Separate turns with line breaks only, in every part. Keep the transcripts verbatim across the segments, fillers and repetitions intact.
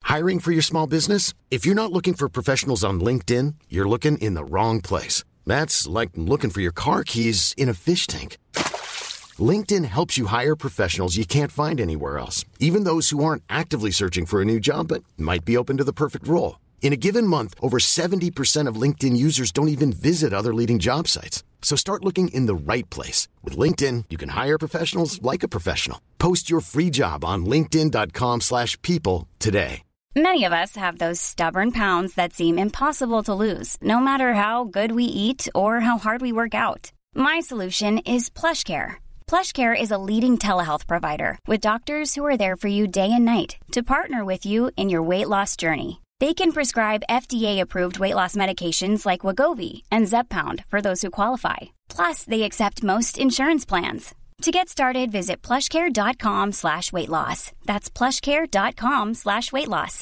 Hiring for your small business? If you're not looking for professionals on LinkedIn, you're looking in the wrong place. That's like looking for your car keys in a fish tank. LinkedIn helps you hire professionals you can't find anywhere else, even those who aren't actively searching for a new job but might be open to the perfect role. In a given month, over seventy percent of LinkedIn users don't even visit other leading job sites. So start looking in the right place. With LinkedIn, you can hire professionals like a professional. Post your free job on linkedin.com slash people today.
Many of us have those stubborn pounds that seem impossible to lose, no matter how good we eat or how hard we work out. My solution is PlushCare. PlushCare is a leading telehealth provider with doctors who are there for you day and night to partner with you in your weight loss journey. They can prescribe F D A-approved weight loss medications like Wegovy and Zepbound for those who qualify. Plus, they accept most insurance plans. To get started, visit plushcare.com slash weight loss. That's plushcare.com slash weight loss.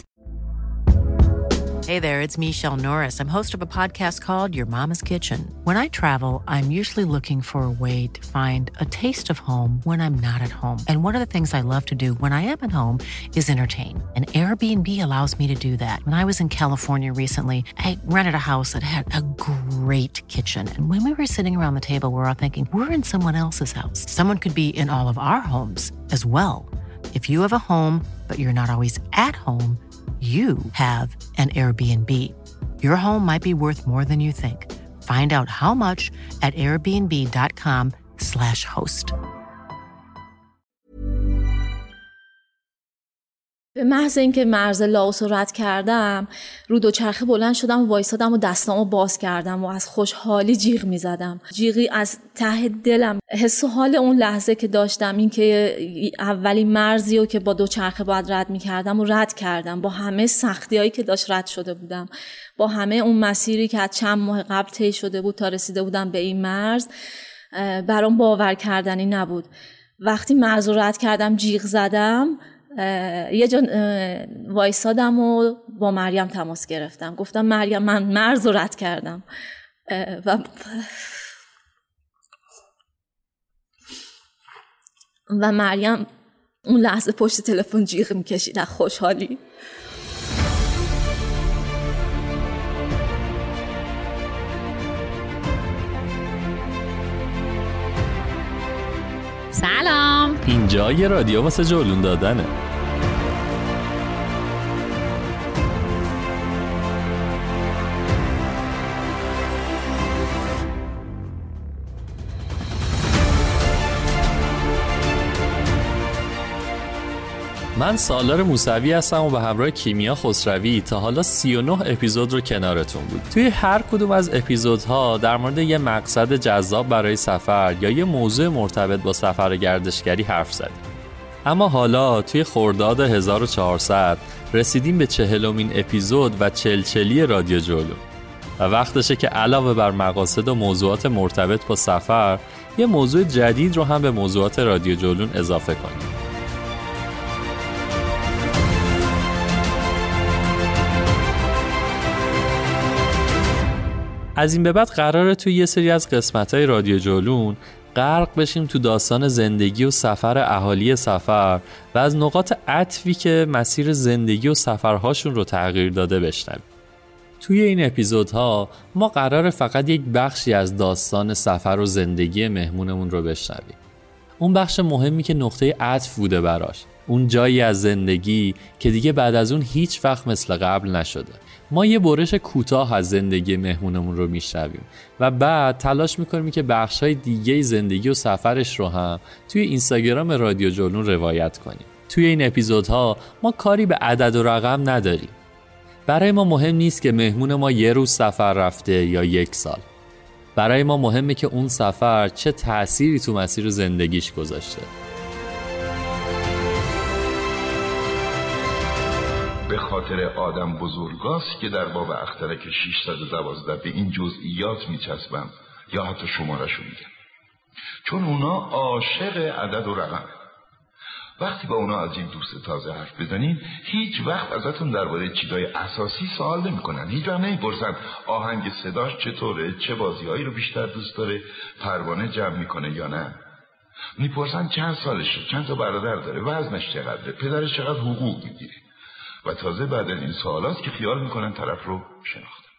Hey there, it's Michelle Norris. I'm host of a podcast called Your Mama's Kitchen. When I travel, I'm usually looking for a way to find a taste of home when I'm not at home. And one of the things I love to do when I am at home is entertain. And Airbnb allows me to do that. When I was in California recently, I rented a house that had a great kitchen. And when we were sitting around the table, we're all thinking, we're in someone else's house. Someone could be in all of our homes as well. If you have a home, but you're not always at home, you have an Airbnb. Your home might be worth more than you think. Find out how much at airbnb.com slash host.
به محض اینکه مرز لاوس رو رد کردم، رو دوچرخه بلند شدم، وایسادم و دستامو باز کردم و از خوشحالی جیغ میزدم. جیغی از ته دلم. حس و حال اون لحظه که داشتم این که اولین مرزی رو که با دوچرخه باید رد میکردم و رد کردم، با همه سختیایی که داشت رد شده بودم، با همه اون مسیری که از چند ماه قبل طی شده بود تا رسیده بودم به این مرز، برام باور کردنی نبود. وقتی مرز رو رد کردم، جیغ زدم، یه جا وایسادم و با مریم تماس گرفتم. گفتم مریم، من مرز رو رد کردم. و و مریم اون لحظه پشت تلفن جیغ میکشید از خوشحالی.
سلام،
اینجا یه رادیو واسه جولون دادنه. من سالار موسوی هستم و به همراه کیمیا خسروی تا حالا سی و نه اپیزود رو کنارتون بود. توی هر کدوم از اپیزودها در مورد یه مقصد جذاب برای سفر یا یه موضوع مرتبط با سفر گردشگری حرف زدیم. اما حالا توی خرداد هزار و چهارصد رسیدیم به چهلمین اپیزود و چلچلی رادیو جولون و وقتشه که علاوه بر مقاصد و موضوعات مرتبط با سفر یه موضوع جدید رو هم به موضوعات رادیو جولون اضافه کنیم. از این به بعد قراره توی یه سری از قسمت‌های رادیو جولون غرق بشیم تو داستان زندگی و سفر اهالی سفر و از نقاط عطفی که مسیر زندگی و سفرهاشون رو تغییر داده بشنویم. توی این اپیزودها ما قراره فقط یک بخشی از داستان سفر و زندگی مهمونمون رو بشنویم. اون بخش مهمی که نقطه عطف بوده براش. اون جایی از زندگی که دیگه بعد از اون هیچ وقت مثل قبل نشده. ما یه برش کوتاه از زندگی مهمونمون رو میشنویم و بعد تلاش میکنیم که بخش‌های دیگه زندگی و سفرش رو هم توی اینستاگرام رادیو جولون روایت کنیم. توی این اپیزودها ما کاری به عدد و رقم نداریم. برای ما مهم نیست که مهمون ما یه روز سفر رفته یا یک سال. برای ما مهمه که اون سفر چه تأثیری تو مسیر زندگیش گذاشته.
به خاطر آدم بزرگاست که در باب اخترک ششصد و دوازده به این جزئیات میچسبم یا حتی شماره‌شو میگم، چون اونا عاشق عدد و رقم. وقتی با اونا از این دوست تازه حرف بزنین هیچ وقت ازتون درباره چیزای اساسی سوال نمیکنن. هیچ وقت نمیپرسن آهنگ صداش چطوره، چه بازیهایی رو بیشتر دوست داره، پروانه جمع میکنه یا نه. میپرسن چند سالشه، چند تا برادر داره، وزنش چقدره، پدرش چقدر حقوق میگیره. و تازه بعد از این سوالات که خیال میکنن طرف رو شناختن.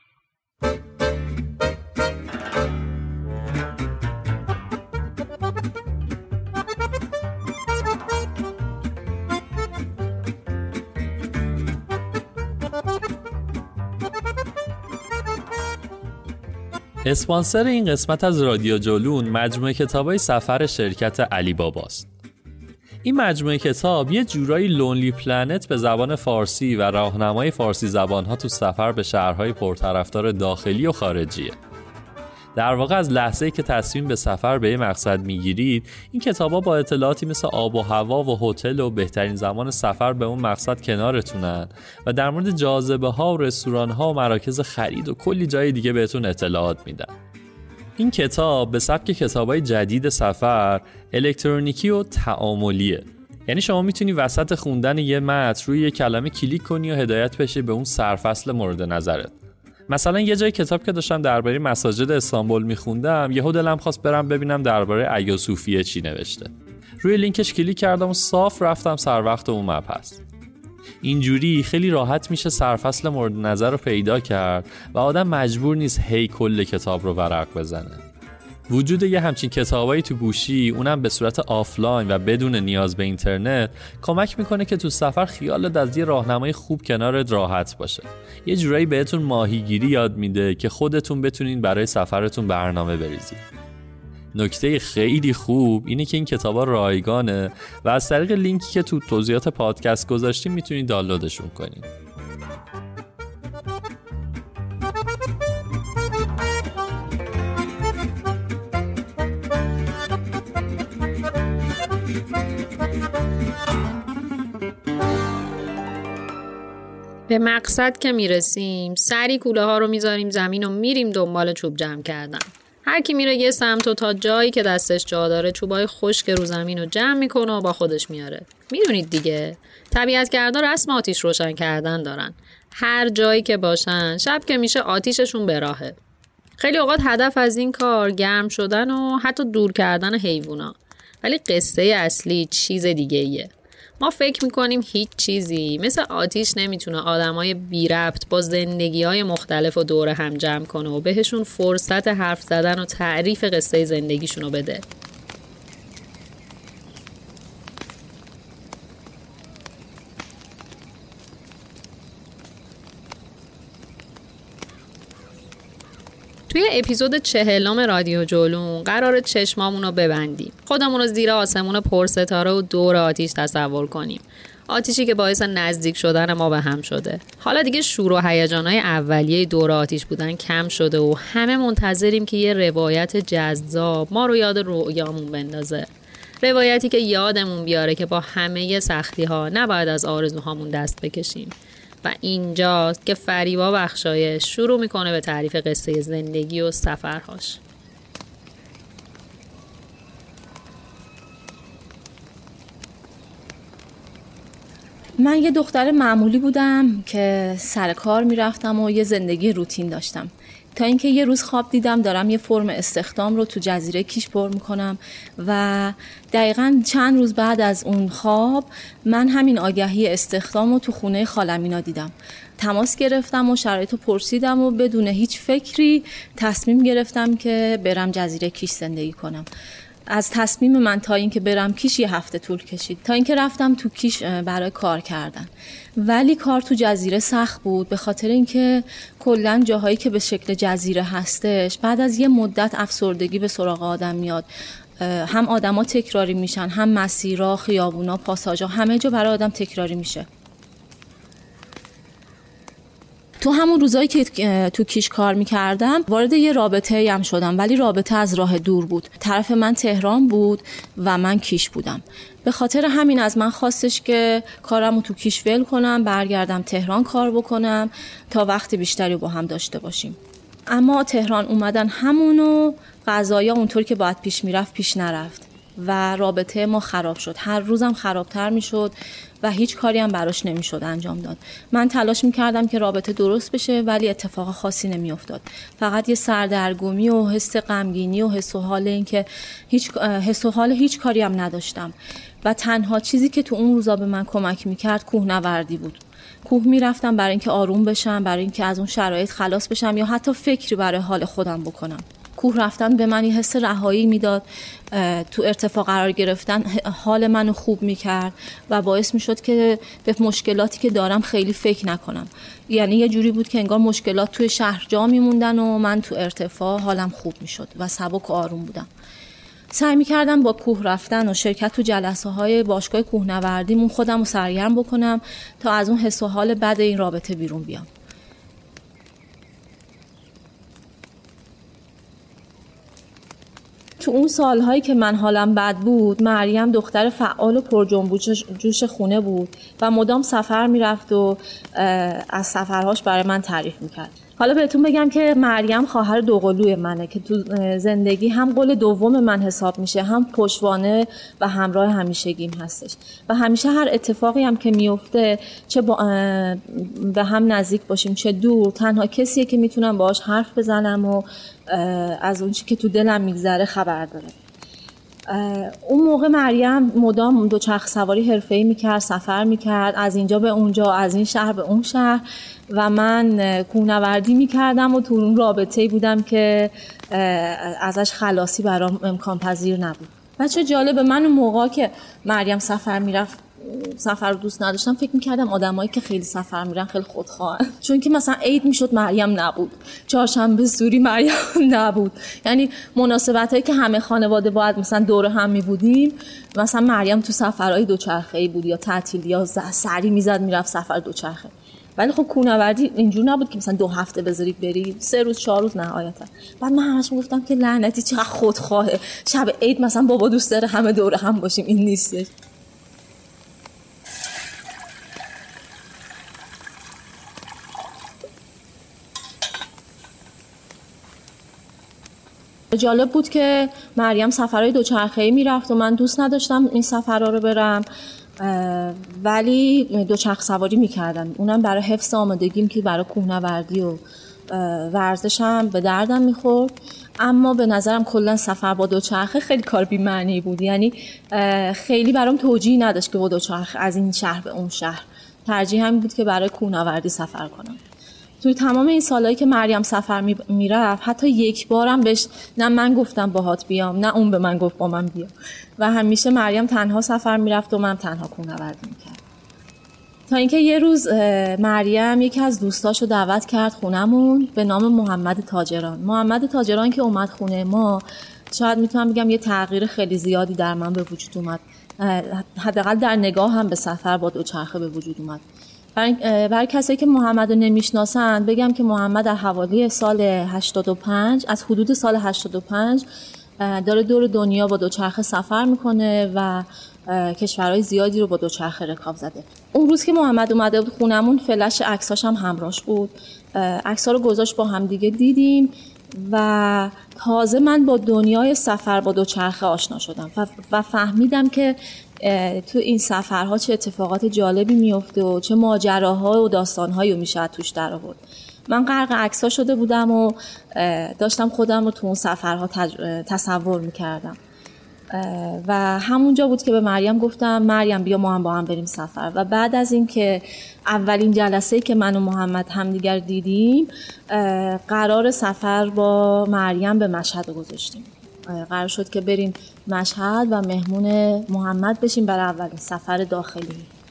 اسپانسر این قسمت از رادیو جولون مجموعه کتابای سفر شرکت علی باباست. این مجموعه کتاب یه جورایی لونلی پلنت به زبان فارسی و راهنمای فارسی زبان‌ها تو سفر به شهرهای پرطرفدار داخلی و خارجیه. در واقع از لحظه‌ای که تصمیم به سفر به یه مقصد میگیرید، این کتابا با اطلاعاتی مثل آب و هوا و هتل و بهترین زمان سفر به اون مقصد کنارتونن و در مورد جاذبه‌ها و رستوران‌ها و مراکز خرید و کلی جای دیگه بهتون اطلاعات میدن. این کتاب به سبک کتابای جدید سفر الکترونیکی و تعاملیه. یعنی شما میتونی وسط خوندن یه متن روی یه کلمه کلیک کنی و هدایت بشی به اون سرفصل مورد نظرت. مثلا یه جای کتاب که داشتم درباره مساجد استانبول میخوندم، یهو دلم خواست برم ببینم درباره ایا صوفیه چی نوشته. روی لینکش کلیک کردم و صاف رفتم سر وقت اون مبحث. اینجوری خیلی راحت میشه سرفصل مورد نظر رو پیدا کرد و آدم مجبور نیست هی کل کتاب رو ورق بزنه. وجود یه همچین کتابایی تو گوشی، اونم به صورت آفلاین و بدون نیاز به اینترنت، کمک میکنه که تو سفر خیالت از یه راهنمای خوب کنارت راحت باشه. یه جورایی بهتون ماهیگیری یاد میده که خودتون بتونین برای سفرتون برنامه بریزید. نکته خیلی خوب اینه که این کتابا رایگانه و از طریق لینکی که تو توضیحات پادکست گذاشتیم میتونید دانلودشون کنید.
به مقصد که میرسیم سری کوله ها رو میذاریم زمین و میریم دنبال چوب جمع کردن. هر کی میره یه سمت و تا جایی که دستش جا داره چوبای خشک رو زمین رو جمع میکنه و با خودش میاره. میدونید دیگه طبیعتگردا رسم آتیش روشن کردن دارن. هر جایی که باشن شب که میشه آتیششون به راهه. خیلی اوقات هدف از این کار گرم شدن و حتی دور کردن حیوونا. ولی قصه اصلی چیز دیگه ایه. ما فکر میکنیم هیچ چیزی مثل آتیش نمیتونه آدمای بی ربط با زندگی‌های مختلف و دور هم جمع کنه و بهشون فرصت حرف زدن و تعریف قصه زندگیشونو بده. توی اپیزود چهلم رادیو جولون قراره چشمامون رو ببندیم. خودمون رو زیر آسمون پرستاره و دور آتیش تصور کنیم. آتیشی که باعث نزدیک شدن ما به هم شده. حالا دیگه شور و هیجان‌های اولیه دور آتیش بودن کم شده و همه منتظریم که یه روایت جذاب ما رو یاد رویامون بندازه. روایتی که یادمون بیاره که با همه سختی‌ها نباید از آرزوهامون دست بکشیم. و اینجاست که فریبا بخشایش شروع میکنه به تعریف قصه زندگی و سفرهاش.
من یه دختر معمولی بودم که سر کار میرفتم و یه زندگی روتین داشتم تا اینکه یه روز خواب دیدم دارم یه فرم استخدام رو تو جزیره کیش پر میکنم و دقیقاً چند روز بعد از اون خواب من همین آگهی استخدام رو تو خونه خالمینا دیدم. تماس گرفتم و شرایطو پرسیدم و بدون هیچ فکری تصمیم گرفتم که برم جزیره کیش زندگی کنم. از تصمیم من تا اینکه برم کیش یه هفته طول کشید تا اینکه رفتم تو کیش برای کار کردن. ولی کار تو جزیره سخت بود به خاطر اینکه کلا جاهایی که به شکل جزیره هستش بعد از یه مدت افسردگی به سراغ آدم میاد. هم آدما تکراری میشن، هم مسیرها، خیابونا، پاساژها، همه جا برای آدم تکراری میشه. تو همون روزایی که تو کیش کار میکردم وارد یه رابطه هم شدم، ولی رابطه از راه دور بود. طرف من تهران بود و من کیش بودم. به خاطر همین از من خواستش که کارمو تو کیش ول کنم، برگردم تهران کار بکنم تا وقت بیشتری با هم داشته باشیم. اما تهران اومدن همونو قضایا اونطور که باید پیش میرفت پیش نرفت و رابطه ما خراب شد. هر روزم خرابتر میشد و هیچ کاری هم براش نمیشد انجام داد. من تلاش میکردم که رابطه درست بشه ولی اتفاق خاصی نمیافتاد. فقط یه سردرگمی و حس غمگینی و حس و حال این که هیچ حس و حال هیچ کاری هم نداشتم و تنها چیزی که تو اون روزا به من کمک میکرد کوهنوردی بود. کوه میرفتم برای اینکه آروم بشم، برای اینکه از اون شرایط خلاص بشم یا حتی فکری برای حال خودم بکنم. کوه رفتن به من یه حس رهایی میداد، تو ارتفاع قرار گرفتن حال منو خوب میکرد و باعث میشد که به مشکلاتی که دارم خیلی فکر نکنم. یعنی یه جوری بود که انگار مشکلات توی شهر جا میموندن و من تو ارتفاع حالم خوب میشد و سبک و آروم بودم. سعی میکردم با کوه رفتن و شرکت تو جلسه های باشگاه کوهنوردیمون خودم رو سرگرم بکنم تا از اون حس و حال بد این رابطه بیرون بیام. تو اون سالهایی که من حالم بد بود، مریم دختر فعال و پرجنبش جوش خونه بود و مدام سفر میرفت و از سفرهاش برای من تعریف میکرد. حالا بهتون بگم که مریم خواهر دوقلوی منه که تو زندگی هم قول دوم من حساب میشه، هم پشتوانه و همراه همیشگیم هستش و همیشه هر اتفاقی هم که میفته، چه با به هم نزدیک باشیم چه دور، تنها کسیه که میتونم باهاش حرف بزنم و از اون چی که تو دلم میگذره خبر داره. اون موقع مریم مدام دوچرخه سواری حرفه‌ای میکرد، سفر میکرد از اینجا به اونجا، از این شهر به اون شهر و من کوهنوردی میکردم و تو اون رابطه‌ای بودم که ازش خلاصی برام امکان پذیر نبود. بچه جالبه، من اون موقع که مریم سفر میرفت سفر رو دوست نداشتم، فکر میکردم آدمایی که خیلی سفر میرن خیلی خودخواهن، چون که مثلا عید میشد مریم نبود، چهارشنبه سوری مریم نبود، یعنی مناسبتایی که همه خانواده باید مثلا دور هم میبودیم، مثلا مریم تو سفرهای دوچرخه‌ای بود یا تعطیلی یا سری میزد میرفت سفر دوچرخه. ولی خب کوهنوردی اینجور نبود که مثلا دو هفته بذارید بری، سه روز چهار روز نهایتا. بعد من همش میگفتم که لعنتی چقدر خودخواهه، شب عید مثلا بابا دوست داره همه دور هم باشیم، این نیستش. جالب بود که مریم سفرهای دوچرخه‌ای میرفت و من دوست نداشتم این سفرها رو برم، ولی دوچرخه سواری میکردم، اونم برای حفظ آمادگیم که برای کوهنوردی و ورزشم به دردم میخورد. اما به نظرم کلا سفر با دوچرخه خیلی کار بی معنی بود، یعنی خیلی برام توجیهی نداشت که با دوچرخه از این شهر به اون شهر، ترجیح همین بود که برای کوهنوردی سفر کنم. توی تمام این سالایی که مریم سفر میرفت حتی یک بارم بهش نه من گفتم باهات بیام نه اون به من گفت با من بیا و همیشه مریم تنها سفر میرفت و من تنها کوهنوردی میکرد. تا اینکه یه روز مریم یکی از دوستاشو دعوت کرد خونمون به نام محمد تاجران. محمد تاجران که اومد خونه ما، شاید میتونم بگم یه تغییر خیلی زیادی در من به وجود اومد، حداقل در نگاه هم به سفر با دوچرخه به وجود اومد. برای, برای کسایی که محمد رو نمیشناسن بگم که محمد در حوالی سال هشتاد و پنج، از حدود سال هشتاد و پنج داره دور دنیا با دوچرخه سفر میکنه و کشورهای زیادی رو با دوچرخه رکاب زده. اون روز که محمد اومده بود خونمون، فلش عکساش هم همراهش بود، عکس‌ها رو گذاشت با هم دیگه دیدیم و تازه من با دنیای سفر با دوچرخه آشنا شدم و فهمیدم که تو این سفرها چه اتفاقات جالبی میفته و چه ماجراها و داستانهایی رو میشه توش در آورد. من غرق عکس‌ها شده بودم و داشتم خودم رو تو اون سفرها تج... تصور میکردم و همونجا بود که به مریم گفتم مریم بیا ما هم با هم بریم سفر. و بعد از این که اولین جلسه‌ای که من و محمد همدیگر دیدیم، قرار سفر با مریم به مشهد گذاشتیم. قرار شد که بریم مشهد و مهمون محمد بشیم برای اولین سفر داخلی.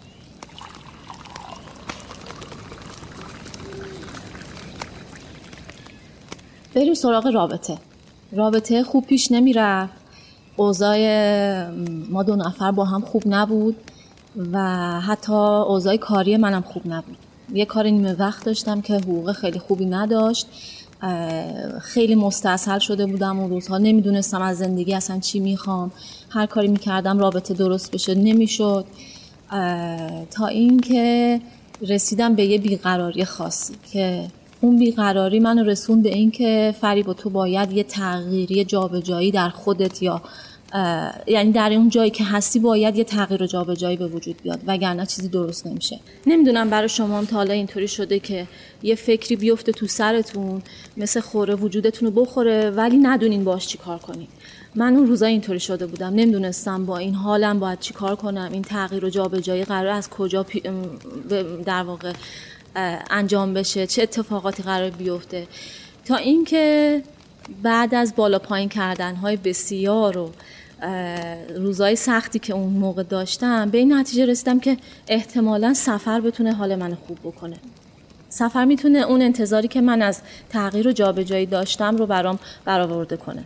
بریم سراغ رابطه. رابطه خوب پیش نمی رفت، اوضاع ما دو نفر با هم خوب نبود و حتی اوضاع کاری منم خوب نبود. یه کار نیمه وقت داشتم که حقوق خیلی خوبی نداشت، خیلی مستعصل شده بودم اون روزها، نمیدونستم از زندگی اصلا چی میخوام، هر کاری میکردم رابطه درست بشه نمیشد، تا این که رسیدم به یه بیقراری خاصی که اون بیقراری منو رسون به این که فریبا تو باید یه تغییری جابجایی در خودت یا یعنی در اون جایی که هستی باید یه تغییر و جابجایی به وجود بیاد وگرنه چیزی درست نمیشه. نمیدونم برای شما هم تا حالا اینطوری شده که یه فکری بیفته تو سرتون مثل خوره وجودتون رو بخوره ولی ندونین باش چی کار کنین. من اون روزا اینطوری شده بودم، نمیدونستم با این حالم باید چی کار کنم، این تغییر و جابجایی قرار از کجا پی... در واقع انجام بشه، چه اتفاقاتی قرار بیفته، تا اینکه بعد از بالا پایین کردن‌های بسیار و روزهای سختی که اون موقع داشتم به این نتیجه رسیدم که احتمالاً سفر بتونه حال من خوب بکنه. سفر میتونه اون انتظاری که من از تغییر و جابجایی داشتم رو برام برآورده کنه.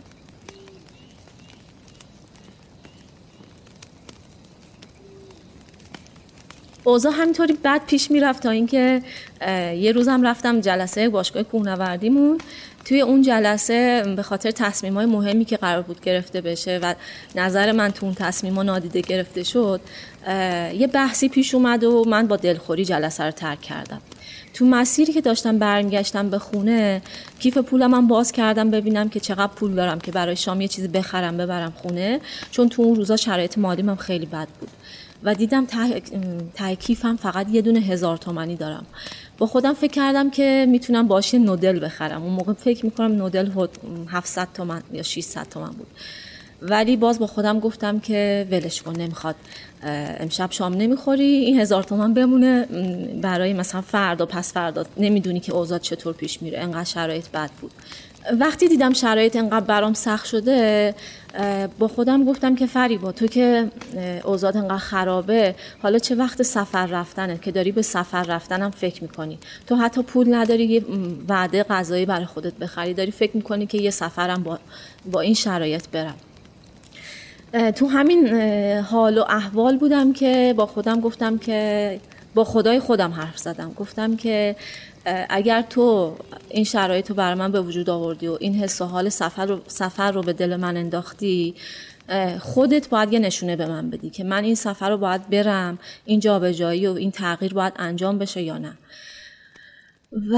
اوضاع همینطوری بعد پیش میرفت تا اینکه یه روزم رفتم جلسه باشگاه کوهنوردیمون. توی اون جلسه به خاطر تصمیم‌های مهمی که قرار بود گرفته بشه و نظر من تو اون تصمیم‌ها نادیده گرفته شد، یه بحثی پیش اومد و من با دلخوری جلسه رو ترک کردم. تو مسیری که داشتم برمیگشتم به خونه، کیف پولم من باز کردم ببینم که چقدر پول دارم که برای شام یه چیزی بخرم ببرم خونه، چون تو اون روزا شرایط مالی من خیلی بد بود و دیدم ته, ته کیفم فقط یه دونه هزار تومانی دارم. با خودم فکر کردم که میتونم باشه نودل بخرم. اون موقع فکر میکنم نودل هفتصد تومن یا ششصد تومن بود، ولی باز با خودم گفتم که ولش کن، نمیخواد، امشب شام نمیخوری، این هزار تومن بمونه برای مثلا فردا پس فردا، نمیدونی که اوضاع چطور پیش میره، انقدر شرایط بد بود. وقتی دیدم شرایط انقدر برام سخت شده، با خودم گفتم که فریبا، تو که اوضاع انقدر خرابه، حالا چه وقت سفر رفتنه که داری به سفر رفتنم فکر میکنی؟ تو حتی پول نداری یه وعده غذایی برای خودت بخری، داری فکر میکنی که یه سفرم با, با این شرایط برم. تو همین حال و احوال بودم که با خودم گفتم که با خدای خودم حرف زدم، گفتم که اگر تو این شرایط رو برای من به وجود آوردی و این حس و حال سفر رو, سفر رو به دل من انداختی، خودت باید یه نشونه به من بدی که من این سفر رو باید برم، این جابجایی و این تغییر باید انجام بشه یا نه. و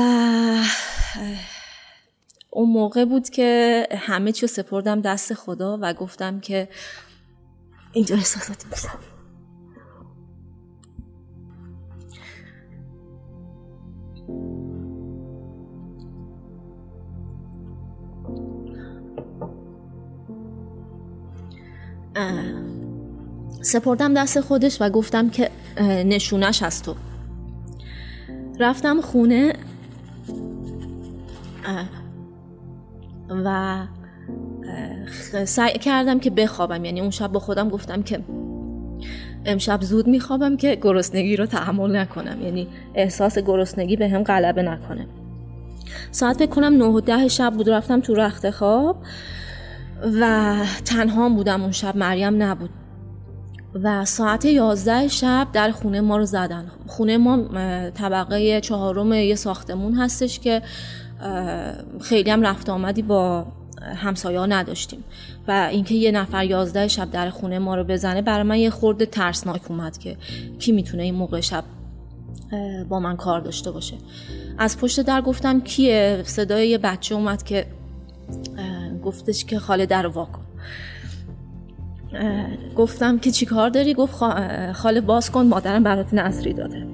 اون موقع بود که همه چیو سپردم دست خدا و گفتم که اینجا احساساتی میشم. سپردم دست خودش و گفتم که نشونش از تو. رفتم خونه و سعی کردم که بخوابم، یعنی اون شب با خودم گفتم که امشب زود میخوابم که گرسنگی رو تحمل نکنم، یعنی احساس گرسنگی به هم غلبه نکنه. ساعت فکر کنم نه و ده شب بود، رفتم تو رخت خواب و تنها بودم اون شب، مریم نبود و ساعت یازده شب در خونه ما رو زدن. خونه ما طبقه چهارم یه ساختمون هستش که خیلی هم رفت آمدی با همسایه ها نداشتیم و اینکه یه نفر یازده شب در خونه ما رو بزنه برای من یه خورده ترسناک اومد که کی میتونه این موقع شب با من کار داشته باشه. از پشت در گفتم کیه؟ صدای یه بچه اومد که گفتش که خاله در وا کن. گفتم که چی کار داری؟ گفت خاله باز کن، مادرم برات نظری داده.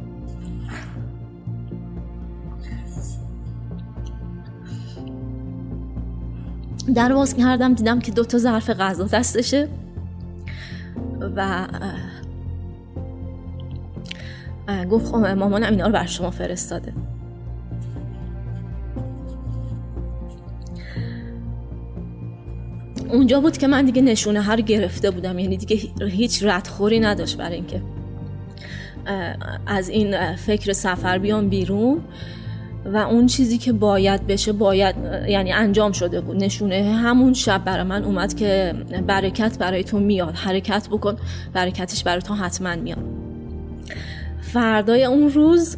در باز کردم، دیدم که دو تا ظرف غذا دستشه و گفت مامانم اینا رو بر شما فرستاده. اونجا بود که من دیگه نشونه ها رو گرفته بودم، یعنی دیگه هیچ ردخوری نداشت برای اینکه از این فکر سفر بیام بیرون و اون چیزی که باید بشه باید، یعنی انجام شده بود. نشونه همون شب برای من اومد که برکت برای تو میاد، حرکت بکن، برکتش برای تو حتما میاد. فردای اون روز،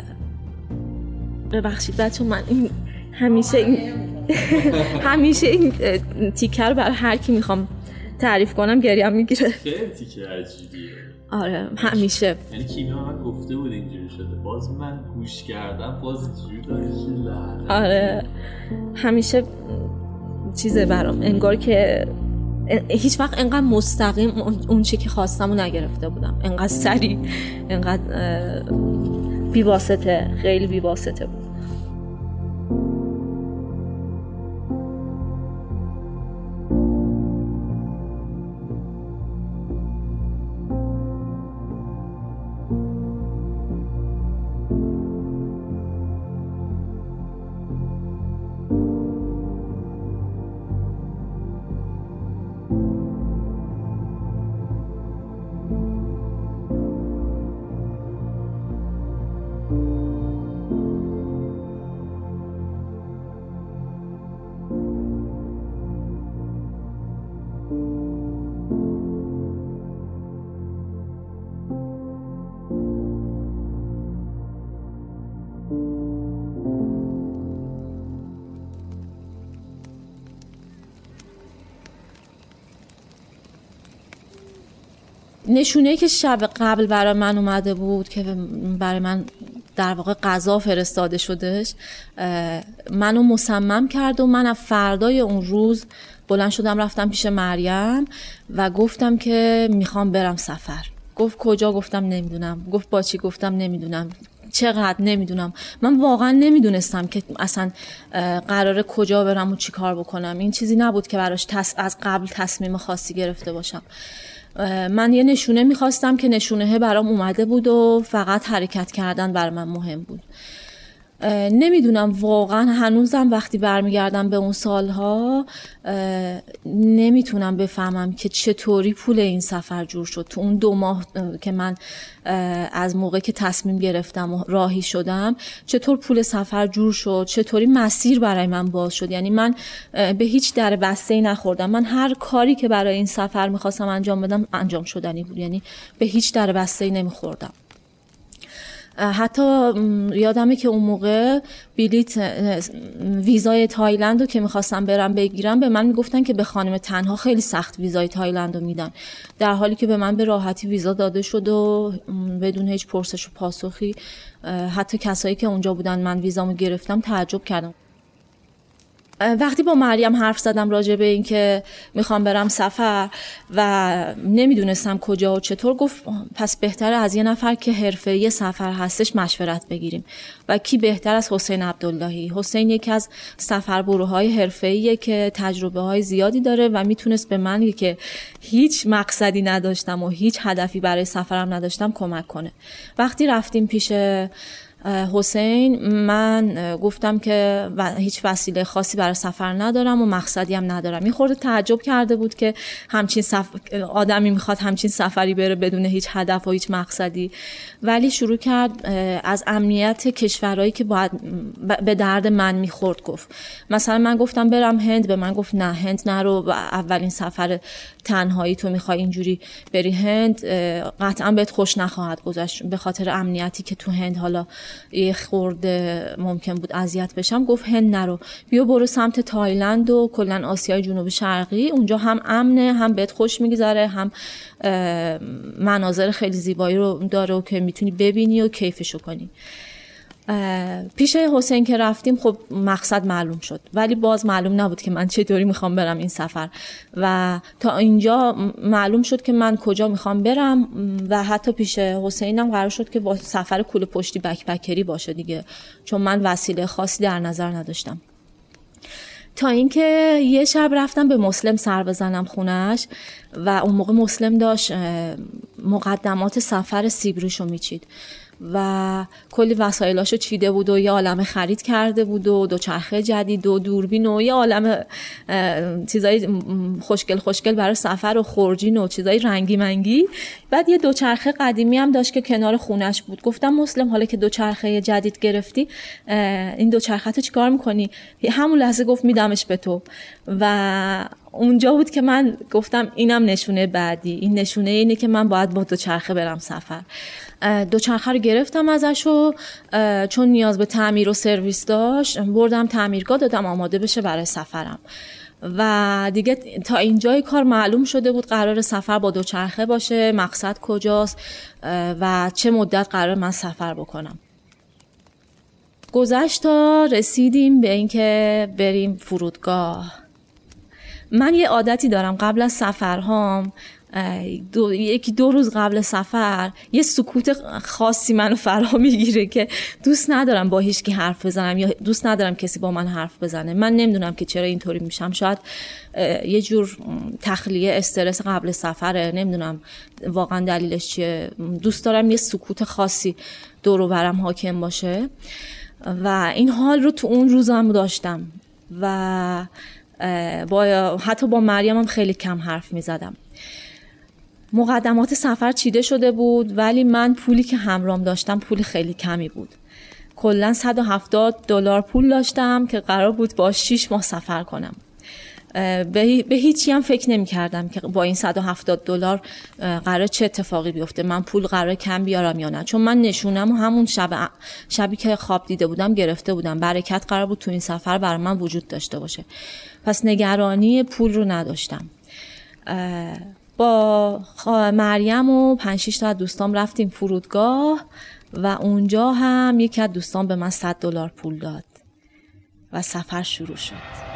ببخشید بچه، من این همیشه این همیشه این تیکر برای هر کی میخوام تعریف کنم گریم میگیره.
خیلی تیکه عجیبیه.
آره همیشه.
یعنی کیمیا من گفته بود اینجوری شده، باز من گوش کردم باز اینجوری داره.
آره همیشه چیزه برام، انگار که هیچ وقت انقدر مستقیم اون چی که خواستم رو نگرفته بودم، انقدر سریع، انقدر بی‌واسطه، خیلی بی‌واسطه بود. نشونه که شب قبل برای من اومده بود که برای من در واقع غذا فرستاده شدش، منو مصمم کرد و من از فردای اون روز بلند شدم رفتم پیش مریم و گفتم که میخوام برم سفر. گفت کجا؟ گفتم نمیدونم. گفت با چی؟ گفتم نمیدونم. چقدر؟ نمیدونم. من واقعا نمیدونستم که اصلا قراره کجا برم و چی کار بکنم. این چیزی نبود که براش تص... از قبل تصمیم خاصی گرفته باشم. من یه نشونه میخواستم که نشونه برام اومده بود و فقط حرکت کردن برای من مهم بود. نمیدونم واقعا هنوزم وقتی برمیگردم به اون سالها نمیتونم بفهمم که چطوری پول این سفر جور شد. تو اون دو ماه که من از موقع که تصمیم گرفتم و راهی شدم چطور پول سفر جور شد، چطوری مسیر برای من باز شد. یعنی من به هیچ در بسته‌ای نخوردم. من هر کاری که برای این سفر میخواستم انجام بدم انجام شدنی بود. یعنی به هیچ در بسته‌ای نمیخوردم. حتی یادمه که اون موقع بلیت ویزای تایلند رو که میخواستم برم بگیرم به من میگفتن که به خانم تنها خیلی سخت ویزای تایلند رو میدن، در حالی که به من به راحتی ویزا داده شد و بدون هیچ پرسش و پاسخی. حتی کسایی که اونجا بودن من ویزامو گرفتم تعجب کردم. وقتی با مریم حرف زدم راجع به این که میخوام برم سفر و نمیدونستم کجا و چطور، گفت پس بهتره از یه نفر که حرفه‌ای سفر هستش مشورت بگیریم. و کی بهتر از حسین عبداللهی؟ حسین یکی از سفربروهای حرفه‌ایه که تجربه های زیادی داره و میتونست به من که هیچ مقصدی نداشتم و هیچ هدفی برای سفرم نداشتم کمک کنه. وقتی رفتیم پیش حسین من گفتم که هیچ وسیله خاصی برای سفر ندارم و مقصدی هم ندارم. این خورده تعجب کرده بود که همچین سفر... آدمی میخواد همچین سفری بره بدون هیچ هدف و هیچ مقصدی. ولی شروع کرد از امنیت کشورهایی که باید به درد من میخورد گفت. مثلا من گفتم برم هند، به من گفت نه هند نرو، اولین سفر تنهایی تو میخوای اینجوری بری هند قطعا بهت خوش نخواهد گذشت به خاطر امنیتی که تو هند حالا یه خورده ممکن بود اذیت بشم. گفت هند نرو، بیا برو سمت تایلند و کلا آسیای جنوب شرقی، اونجا هم امنه، هم بهت خوش میگذره، هم مناظر خیلی زیبایی رو داره و که میتونی ببینی و کیفشو کنی. پیش حسین که رفتیم خب مقصد معلوم شد، ولی باز معلوم نبود که من چطوری میخوام برم این سفر و تا اینجا معلوم شد که من کجا میخوام برم و حتی پیش حسینم قرار شد که با سفر کوله پشتی بکپکری باشه دیگه، چون من وسیله خاصی در نظر نداشتم. تا اینکه یه شب رفتم به مسلم سر بزنم خونش و اون موقع مسلم داشت مقدمات سفر سیبریشو میچید و کلی وسایلاشو چیده بود و یه عالمه خرید کرده بود و دوچرخه جدید و دوربین و یه عالمه چیزای خوشگل خوشگل برای سفر و خورجین و چیزای رنگی منگی. بعد یه دوچرخه قدیمی هم داشت که کنار خونش بود. گفتم مسلم حالا که دوچرخه جدید گرفتی این دوچرخه تو چیکار میکنی؟ همون لحظه گفت میدمش به تو. و اونجا بود که من گفتم اینم نشونه بعدی، این نشونه اینه که من باید با دوچرخه برم سفر. دوچرخه رو گرفتم ازش و چون نیاز به تعمیر و سرویس داشت بردم تعمیرگاه، دادم آماده بشه برای سفرم. و دیگه تا اینجای کار معلوم شده بود قرار سفر با دوچرخه باشه، مقصد کجاست و چه مدت قرار من سفر بکنم. گذشت تا رسیدیم به اینکه بریم فرودگاه. من یه عادتی دارم قبل از سفرهام دو، یکی دو روز قبل سفر یه سکوت خاصی منو فرا میگیره که دوست ندارم با هیچ کی حرف بزنم یا دوست ندارم کسی با من حرف بزنه. من نمیدونم که چرا اینطوری میشم، شاید یه جور تخلیه استرس قبل سفره، نمیدونم واقعا دلیلش چیه. دوست دارم یه سکوت خاصی دور و برم حاکم باشه و این حال رو تو اون روزم داشتم و با حتی با مریم هم خیلی کم حرف می زدم. مقدمات سفر چیده شده بود ولی من پولی که همراهم داشتم پول خیلی کمی بود. کلاً صد و هفتاد دلار پول داشتم که قرار بود با شش ماه سفر کنم به هیچی هم فکر نمی کردم که با این صد و هفتاد دلار قرار چه اتفاقی بیفته، من پول قرار کم بیارم یا نه، چون من نشونم و همون شب شبی که خواب دیده بودم گرفته بودم. برکت قرار بود تو این سفر برای من وجود داشته باشه، پس نگرانی پول رو نداشتم. با مریم و پنج شش تا دوستام رفتیم فرودگاه و اونجا هم یکی از دوستان به من صد دلار پول داد و سفر شروع شد.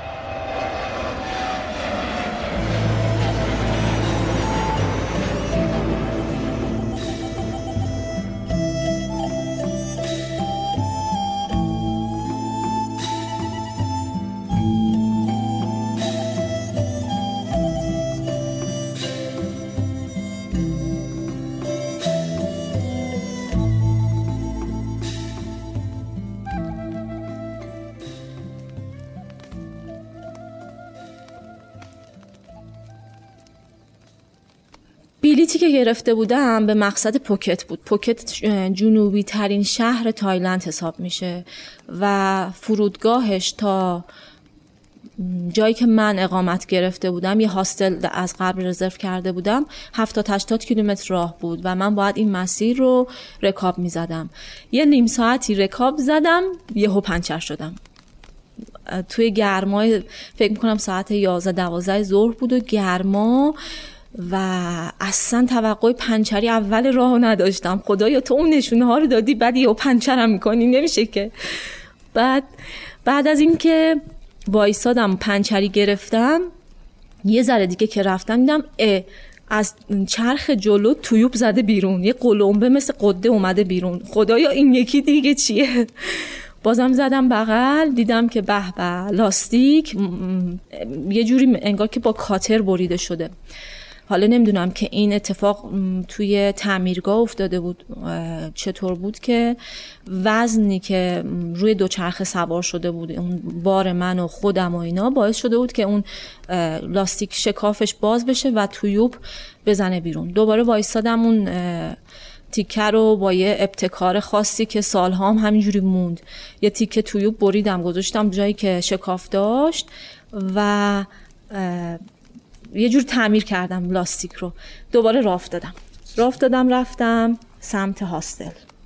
بلیتی که گرفته بودم به مقصد پوکت بود. پوکت جنوبی ترین شهر تایلند حساب میشه و فرودگاهش تا جایی که من اقامت گرفته بودم، یه هاستل از قبل رزرو کرده بودم، هفتاد هشتاد کیلومتر راه بود و من باید این مسیر رو رکاب میزدم. یه نیم ساعتی رکاب زدم، یهو پنچر شدم توی گرمای، فکر میکنم ساعت یازده دوازده ظهر بود و گرما و اصلا توقع پنچری اول راهو نداشتم. خدایا تو اون نشونه ها رو دادی بعد یهو پنچرم میکنی، نمیشه که. بعد بعد از این که وایسادم پنچری گرفتم، یه ذره دیگه که رفتم دیدم از چرخ جلو تویوب زده بیرون، یه قلمبه مثل قده اومده بیرون. خدایا این یکی دیگه چیه؟ بازم زدم بغل، دیدم که به به لاستیک یه جوری انگار که با کاتر بریده شده. حالا نمیدونم که این اتفاق توی تعمیرگاه افتاده بود چطور بود که وزنی که روی دوچرخه سوار شده بود، اون بار من و خودم و اینا باعث شده بود که اون لاستیک شکافش باز بشه و تویوب بزنه بیرون. دوباره وایستادم اون تیکه رو با یه ابتکار خاصی که سالها هم همینجوری موند، یه تیکه تویوب بریدم گذاشتم جایی که شکاف داشت و یه جور تعمیر کردم لاستیک رو. دوباره راه افتادم راه افتادم رفتم سمت هاستل.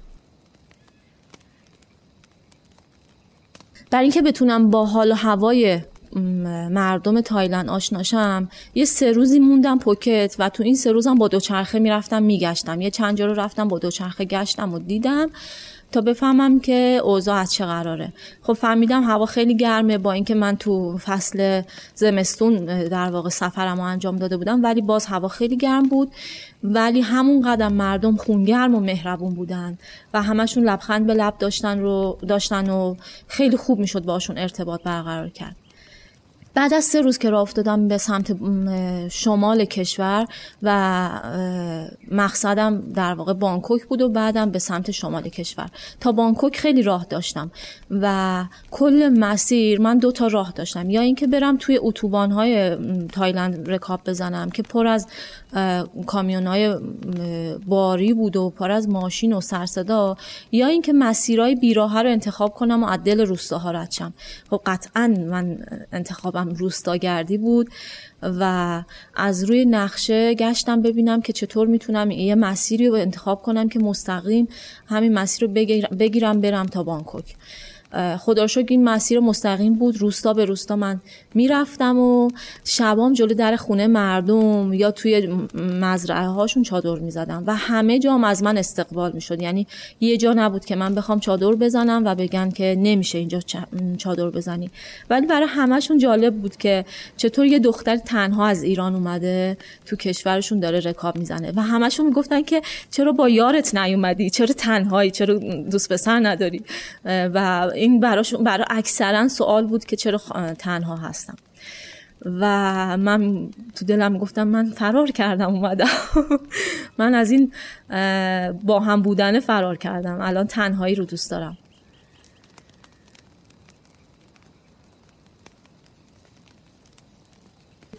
برای اینکه بتونم با حال و هوای مردم تایلند آشناشم، یه سه روزی موندم پوکت و تو این سه روزم با دوچرخه میرفتم میگشتم. یه چند جا رو رفتم با دوچرخه گشتم و دیدم تا بفهمم که اوضاع از چه قراره. خب فهمیدم هوا خیلی گرمه، با اینکه من تو فصل زمستون در واقع سفرمو انجام داده بودم ولی باز هوا خیلی گرم بود، ولی همون قدم مردم خونگرم و مهربون بودن و همشون لبخند به لب داشتن رو داشتن و خیلی خوب میشد باشون ارتباط برقرار کرد. بعد از سه روز که راه افتادم به سمت شمال کشور و مقصدم در واقع بانکوک بود و بعدم به سمت شمال کشور. تا بانکوک خیلی راه داشتم و کل مسیر من دو تا راه داشتم، یا اینکه برم توی اتوبان‌های تایلند رکاب بزنم که پر از کامیون‌های باری بود و پر از ماشین و سرصدا، یا اینکه مسیرهای بیراهه رو انتخاب کنم و از دل روستاها رد شم. خب قطعاً من انتخابم روستاگردی بود و از روی نقشه گشتم ببینم که چطور میتونم یه مسیری رو انتخاب کنم که مستقیم همین مسیر رو بگیرم برم تا بانکوک. خدا رو شکر این مسیر مستقیم بود، روستا به روستا من میرفتم و شبام جلو در خونه مردم یا توی مزرعه هاشون چادر میزدم و همه جام از من استقبال میشد. یعنی یه جا نبود که من بخوام چادر بزنم و بگن که نمیشه اینجا چادر بزنی. ولی برای همهشون جالب بود که چطور یه دختر تنها از ایران اومده تو کشورشون داره رکاب میزنه و همهشون میگفتن که چرا با یارت نیومدی، چرا تنهایی، چرا دوست پسر نداری. و این براشون برای اکثرا سوال بود که چرا تنها هستم و من تو دلم گفتم من فرار کردم اومدم من از این با هم بودن فرار کردم، الان تنهایی رو دوست دارم.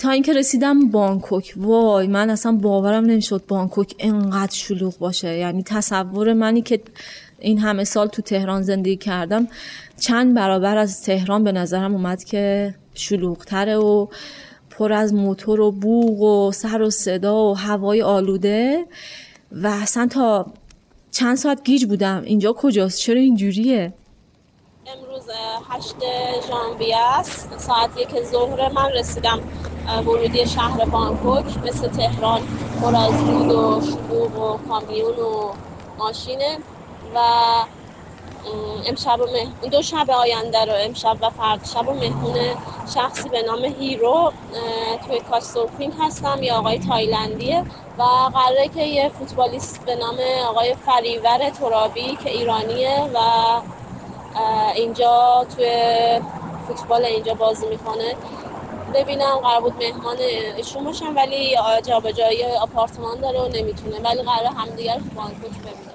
تا اینکه رسیدم بانکوک. وای من اصلا باورم نمیشد بانکوک انقدر شلوغ باشه. یعنی تصور منی که این همه سال تو تهران زندگی کردم چند برابر از تهران به نظرم اومد که شلوغ‌تره و پر از موتور و بوق و سر و صدا و هوای آلوده و اصلا تا چند ساعت گیج بودم اینجا کجاست، چرا اینجوریه.
امروز هشت ژانویه است، ساعت یک ظهر من رسیدم ورودی شهر بانکوک. مثل تهران پر از رود و شلوغ و کامیون و ماشینه و امشب و مه... دو شب آینده رو امشب و فردا شب و مهمون شخصی به نام هیرو توی کاچسورفینگ هستم. یه آقای تایلندیه و قراره که یه فوتبالیست به نام آقای فریور ترابی که ایرانیه و اینجا توی فوتبال اینجا بازی میکنه ببینم. قرار بود مهمان ایشون باشم ولی جابجایی آپارتمان داره و نمیتونه، ولی قراره همدیگر تو بانکوک ببینم.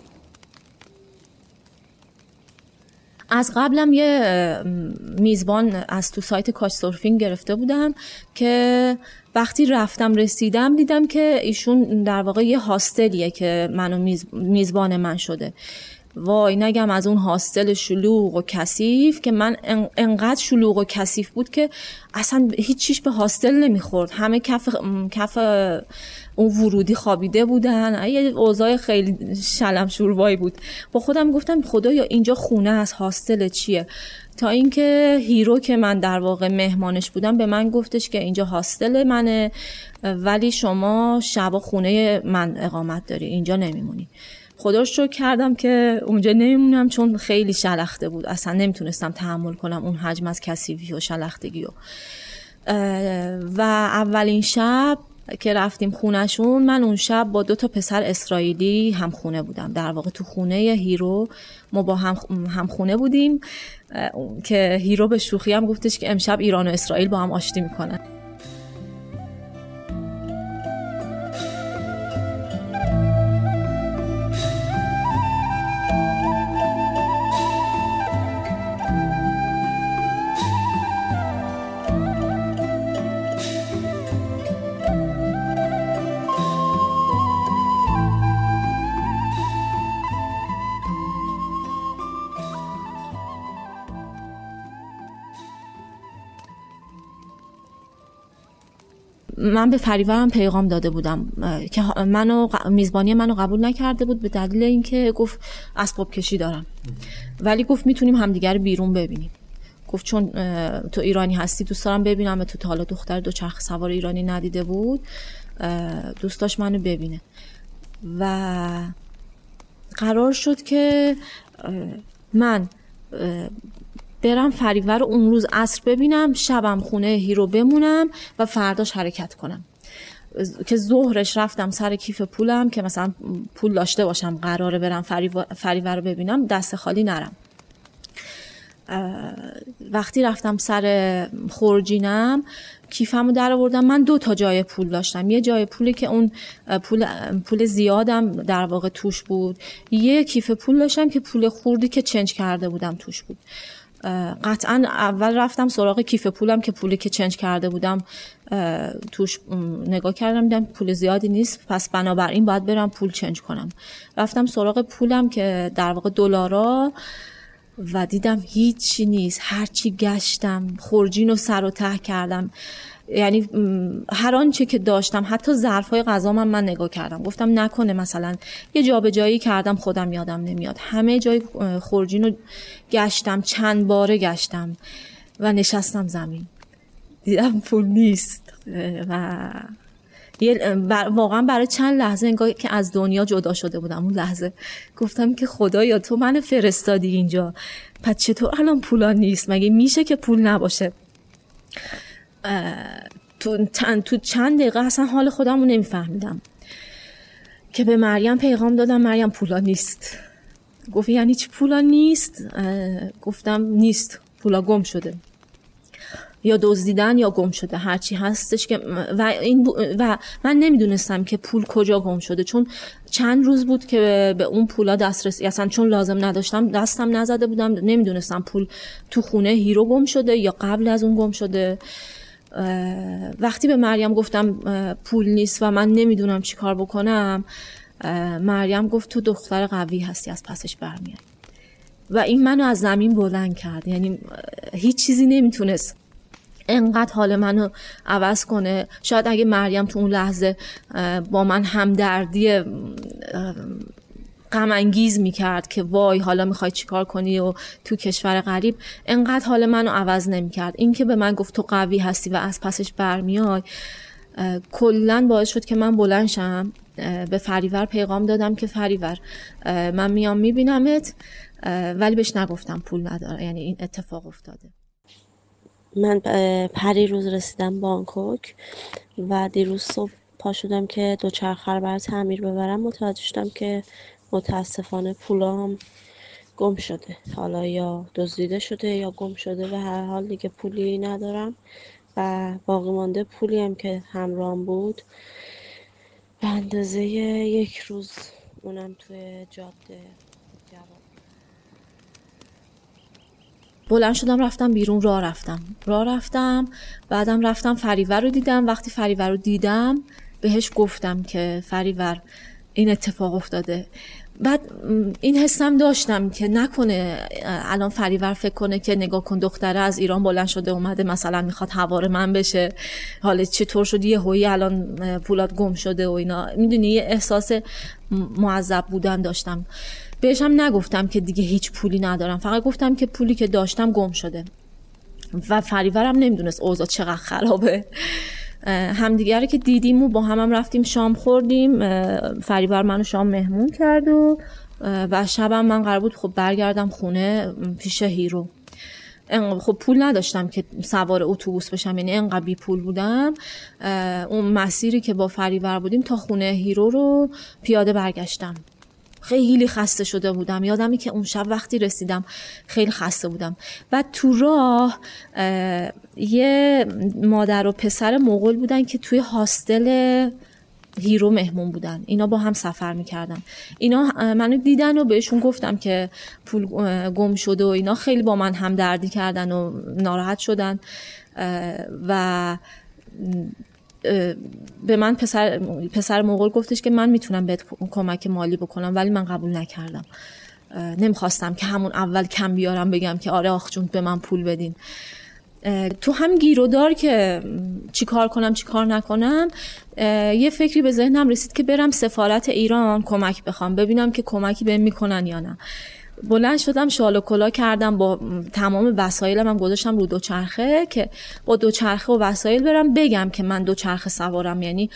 از قبلم یه میزبان از تو سایت کاچسورفینگ گرفته بودم که وقتی رفتم رسیدم دیدم که ایشون در واقع یه هاستلیه که منو میز... میزبان من شده. وای نگم از اون هاستل شلوغ و کثیف که من انقدر شلوغ و کثیف بود که اصلا هیچ چیش به هاستل نمیخورد. همه کف کف اون ورودی خوابیده بودن. یه اوضاع خیلی شلم شوربایی بود. با خودم گفتم خدایا اینجا خونه است، هاستل چیه؟ تا اینکه هیرو که من در واقع مهمانش بودم به من گفتش که اینجا هاستل منه ولی شما شب خونه من اقامت داری، اینجا نمیمونی. خدا رو شکر کردم که اونجا نمیمونم چون خیلی شلخته بود. اصلا نمیتونستم تحمل کنم اون حجم از کثیفی و شلختگی. و و اولین شب که رفتیم خونهشون من اون شب با دو تا پسر اسرائیلی هم خونه بودم. در واقع تو خونه هیرو ما با هم هم خونه بودیم که هیرو به شوخی هم گفتش که امشب ایران و اسرائیل با هم آشتی میکنن. من به فریورم پیغام داده بودم که منو میزبانی منو قبول نکرده بود به دلیل اینکه گفت اسباب کشی دارم، ولی گفت میتونیم همدیگر بیرون ببینیم. گفت چون تو ایرانی هستی دوست دارم ببینم تو. تا حالا دختر دوچرخه سوار ایرانی ندیده بود، دوست داشت منو ببینه و قرار شد که من برم فریور اون روز عصر ببینم، شبم خونه هیرو بمونم و فرداش حرکت کنم. که ظهرش رفتم سر کیف پولم که مثلا پول داشته باشم، قراره برم فریور رو ببینم، دست خالی نرم. وقتی رفتم سر خورجینم کیفمو در آوردم. من دو تا جای پول داشتم. یه جای پولی که اون پول پول زیادم در واقع توش بود، یه کیف پول داشتم که پول خوردی که چنج کرده بودم توش بود. قطعا اول رفتم سراغ کیف پولم که پولی که چنج کرده بودم توش نگاه کردم دیدم پول زیادی نیست، پس بنابراین باید برم پول چنج کنم. رفتم سراغ پولم که در واقع دلارا و دیدم هیچی نیست. هرچی گشتم خورجین رو سر و ته کردم، یعنی هر آنچه که داشتم حتی ظرفای غذامم من نگاه کردم، گفتم نکنه مثلا یه جابجایی کردم خودم یادم نمیاد. همه جای خورجین رو گشتم، چند باره گشتم و نشستم زمین دیدم پول نیست و واقعا برای چند لحظه انگار که از دنیا جدا شده بودم. اون لحظه گفتم که خدایا تو منو فرستادی اینجا، پس چطور الان پولا نیست؟ مگه میشه که پول نباشه؟ تو تو چند دقیقه اصلا حال خودم رو نمیفهمیدم که به مریم پیغام دادم مریم پولا نیست. گفت یعنی چی پولا نیست؟ گفتم نیست، پولا گم شده یا دزدیدن یا گم شده، هرچی هستش که و این و من نمیدونستم که پول کجا گم شده، چون چند روز بود که به اون پولا دسترسی اصلا چون لازم نداشتم دستم نزده بودم، نمیدونستم پول تو خونه هیرو گم شده یا قبل از اون گم شده. وقتی به مریم گفتم پول نیست و من نمیدونم چی کار بکنم، مریم گفت تو دختر قوی هستی، از پسش برمیای. و این منو از زمین بلند کرد. یعنی هیچ چیزی نمیتونست انقدر حال منو عوض کنه. شاید اگه مریم تو اون لحظه با من همدردی غم انگیز میکرد که وای حالا میخوای چیکار کنی و تو کشور غریب، انقدر حال منو عوض نمیکرد. این که به من گفت تو قوی هستی و از پسش برمیای، کلن باعث شد که من بلند شم. به فریور پیغام دادم که فریور من میام میبینمت، ولی بهش نگفتم پول نداره. یعنی این اتفاق افتاده.
من پری روز رسیدم بانکوک و دیروز صبح پا شدم که دوچرخه رو برای تعمیر ببرم. متوجه شدم که متاسفانه پولام گم شده. حالا یا دزدیده شده یا گم شده، و هر حال دیگه پولی ندارم و باقی مانده پولی هم که همراهم بود به اندازه یک روز اونم توی جاده.
بلند شدم رفتم بیرون، راه رفتم راه رفتم بعدم رفتم فریور رو دیدم. وقتی فریور رو دیدم بهش گفتم که فریور این اتفاق افتاده. بعد این حسم داشتم که نکنه الان فریور فکر کنه که نگاه کن دختره از ایران بلند شده اومده مثلا میخواد حوار من بشه، حالا چطور شد یه هویی الان پولات گم شده و اینا. میدونی یه احساس معذب بودن داشتم. بهش هم نگفتم که دیگه هیچ پولی ندارم، فقط گفتم که پولی که داشتم گم شده و فریورم نمیدونست اوضاع چقدر خرابه. همدیگه رو که دیدیم و با هم, هم رفتیم شام خوردیم. فریور منو شام مهمون کرد و و شبم من قرار بود خب برگردم خونه پیش هیرو. خب پول نداشتم که سوار اتوبوس بشم، یعنی انقدر بی پول بودم. اون مسیری که با فریور بودیم تا خونه هیرو رو پیاده برگشتم. خیلی خسته شده بودم. یادمی که اون شب وقتی رسیدم خیلی خسته بودم. و تو راه یه مادر و پسر مغول بودن که توی هاستل هیرو مهمون بودن. اینا با هم سفر میکردن. اینا منو دیدن و بهشون گفتم که پول گم شده و اینا. خیلی با من همدردی کردن و ناراحت شدن و به من پسر پسر مغول گفتش که من میتونم بهت کمک مالی بکنم، ولی من قبول نکردم. نمیخواستم که همون اول کم بیارم بگم که آره آخ جون به من پول بدین. تو هم گیرودار که چی کار کنم چی کار نکنم، یه فکری به ذهنم رسید که برم سفارت ایران کمک بخوام، ببینم که کمکی بهم میکنن یا نه. بلند شدم شال و کلا کردم، با تمام وسایلم هم گذاشتم رو دوچرخه که با دوچرخه و وسایل برم بگم که من دوچرخه سوارم، یعنی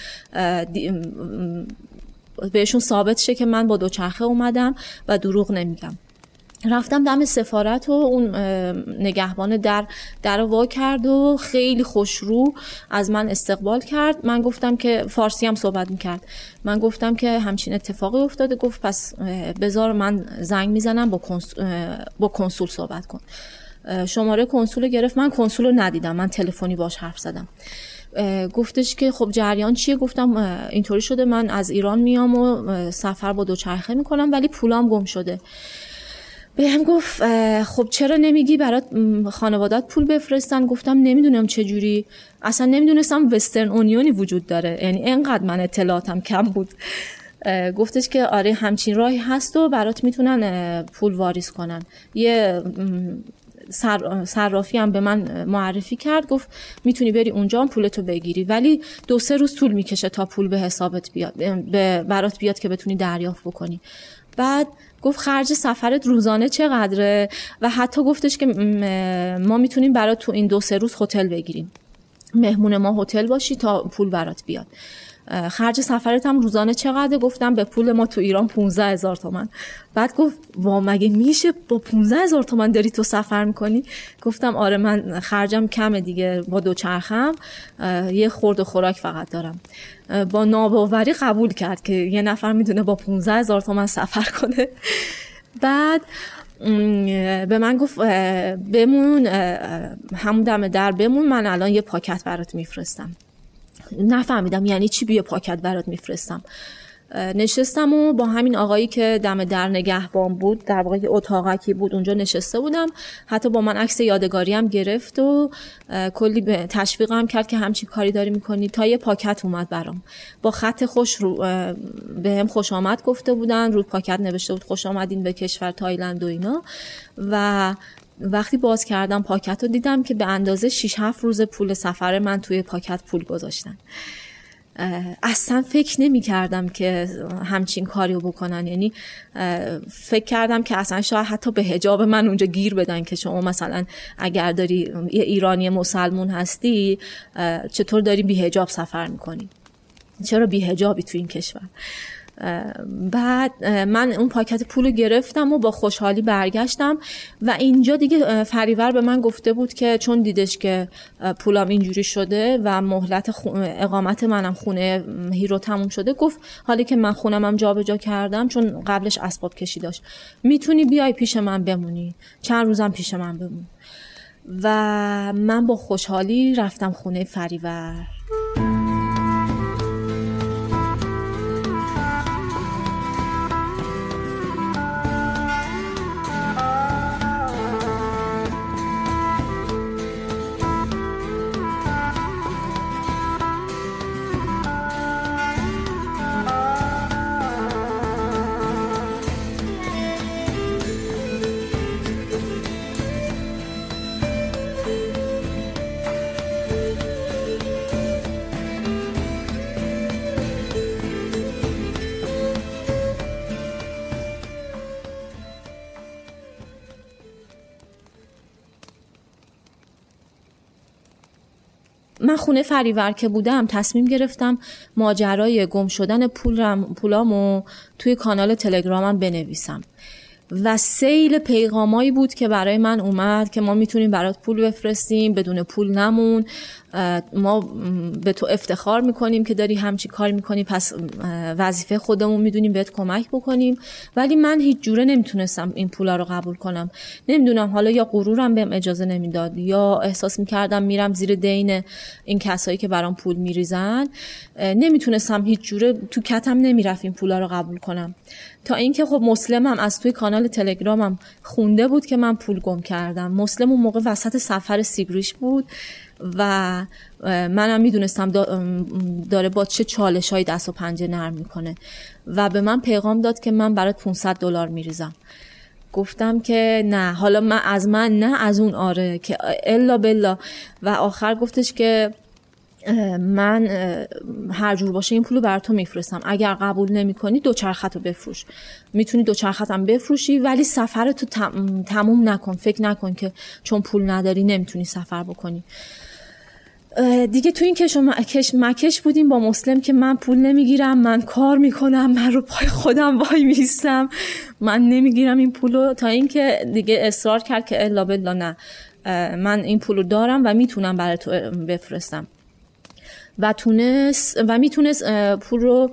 بهشون ثابت شه که من با دوچرخه اومدم و دروغ نمیگم. رفتم دم سفارت و اون نگهبان در در وا کرد و خیلی خوشرو از من استقبال کرد. من گفتم که فارسی هم صحبت میکرد. من گفتم که همچین اتفاقی افتاده. گفت پس بذار من زنگ میزنم با کنسول, با کنسول صحبت کن. شماره کنسول گرفت. من کنسول رو ندیدم، من تلفنی باش حرف زدم. گفتش که خب جریان چیه؟ گفتم اینطوری شده من از ایران میام و سفر با دوچرخه میکنم ولی پولام گم شده. بهم گفت خب چرا نمیگی برات خانوادات پول بفرستن؟ گفتم نمیدونم چجوری، اصلا نمیدونستم وسترن اونیونی وجود داره، یعنی انقدر من اطلاعاتم کم بود. گفتش که آره همچین راهی هست و برات میتونن پول واریز کنن. یه سر، صرافی هم به من معرفی کرد، گفت میتونی بری اونجا هم پولتو بگیری، ولی دو سه روز طول میکشه تا پول به حسابت بیاد، به برات بیاد که بتونی دریافت بکنی. بعد گفت خرج سفرت روزانه چقدره؟ و حتی گفتش که ما میتونیم برات تو این دو سه روز هتل بگیریم، مهمون ما هتل باشی تا پول برات بیاد. خرج سفرت هم روزانه چقدره؟ گفتم به پول ما تو ایران پونزده هزار تومن. بعد گفت وا مگه میشه با پونزده هزار تومن داری تو سفر میکنی؟ گفتم آره من خرجم کمه دیگه، با دوچرخم یه خورد خوراک فقط دارم. با ناباوری قبول کرد که یه نفر میدونه با پونزده هزار تومن سفر کنه. بعد به من گفت بمون، همون دم در بمون، من الان یه پاکت برات میفرستم. نفهمیدم یعنی چی بیه پاکت برات میفرستم. نشستم و با همین آقایی که دم در نگهبان بود، در واقع اتاقکی بود، اونجا نشسته بودم. حتی با من عکس یادگاری هم گرفت و کلی تشویقم کرد که همچین کاری داری میکنی. تا یه پاکت اومد برام با خط خوش رو به هم خوش آمد گفته بودن، رو پاکت نوشته بود خوش آمدین به کشور تایلند و اینا. و وقتی باز کردم پاکت رو دیدم که به اندازه شش هفت روز پول سفر من توی پاکت پول گذاشتن. اصلا فکر نمی کردم که همچین کاری رو بکنن. یعنی فکر کردم که اصلا شاید حتی به حجاب من اونجا گیر بدن که شما مثلا اگر داری یه ایرانی مسلمون هستی چطور داری بی حجاب سفر میکنی، چرا بی حجابی تو این کشور. بعد من اون پاکت پولو گرفتم و با خوشحالی برگشتم و اینجا دیگه فریور به من گفته بود که چون دیدش که پولام اینجوری شده و مهلت اقامت منم خونه هیرو تموم شده، گفت حالی که من خونمم جابجا کردم، چون قبلش اسباب کشی داشت، میتونی بیای پیش من بمونی، چند روزم پیش من بمون. و من با خوشحالی رفتم خونه فریور. من خونه فریور که بودم تصمیم گرفتم ماجرای گم شدن پولم پولامو توی کانال تلگرامم بنویسم و سیل پیغامایی بود که برای من اومد که ما میتونیم برات پول بفرستیم، بدون پول نمون، ما به تو افتخار میکنیم که داری همچی کار میکنی، پس وظیفه خودمون میدونیم بهت کمک بکنیم. ولی من هیچ جوره نمیتونستم این پولا رو قبول کنم. نمیدونم، حالا یا غرورم بهم اجازه نمیداد یا احساس میکردم میرم زیر دین این کسایی که برام پول میریزن. نمیتونستم هیچ جوره، تو کتم نمیرفت این پولا رو قبول کنم. تا اینکه خب مسلمم از توی کانال تلگرامم خونده بود که من پول گم کردم. مسلم اون موقع وسط سفر سیبریش بود و منم میدونستم داره با چه چالش‌های دست و پنجه نرم میکنه و به من پیغام داد که من برات پانصد دلار میریزم. گفتم که نه، حالا من از من نه، از اون آره که الا بالله. و آخر گفتش که من هر جور باشه این پولو بر تو میفرستم، اگر قبول نمی کنی دوچرختو بفروش، میتونی دوچرختم بفروشی ولی سفرتو تم... تموم نکن، فکر نکن که چون پول نداری نمیتونی سفر بکنی. دیگه تو این کش و مکش, مکش بودیم با مسلم که من پول نمیگیرم، من کار میکنم، من رو پای خودم وای میستم، من نمیگیرم این پولو. تا اینکه دیگه اصرار کرد که الا بالله نه، من این پولو دارم و میتونم برای تو بفرستم و تونست و میتونست پول رو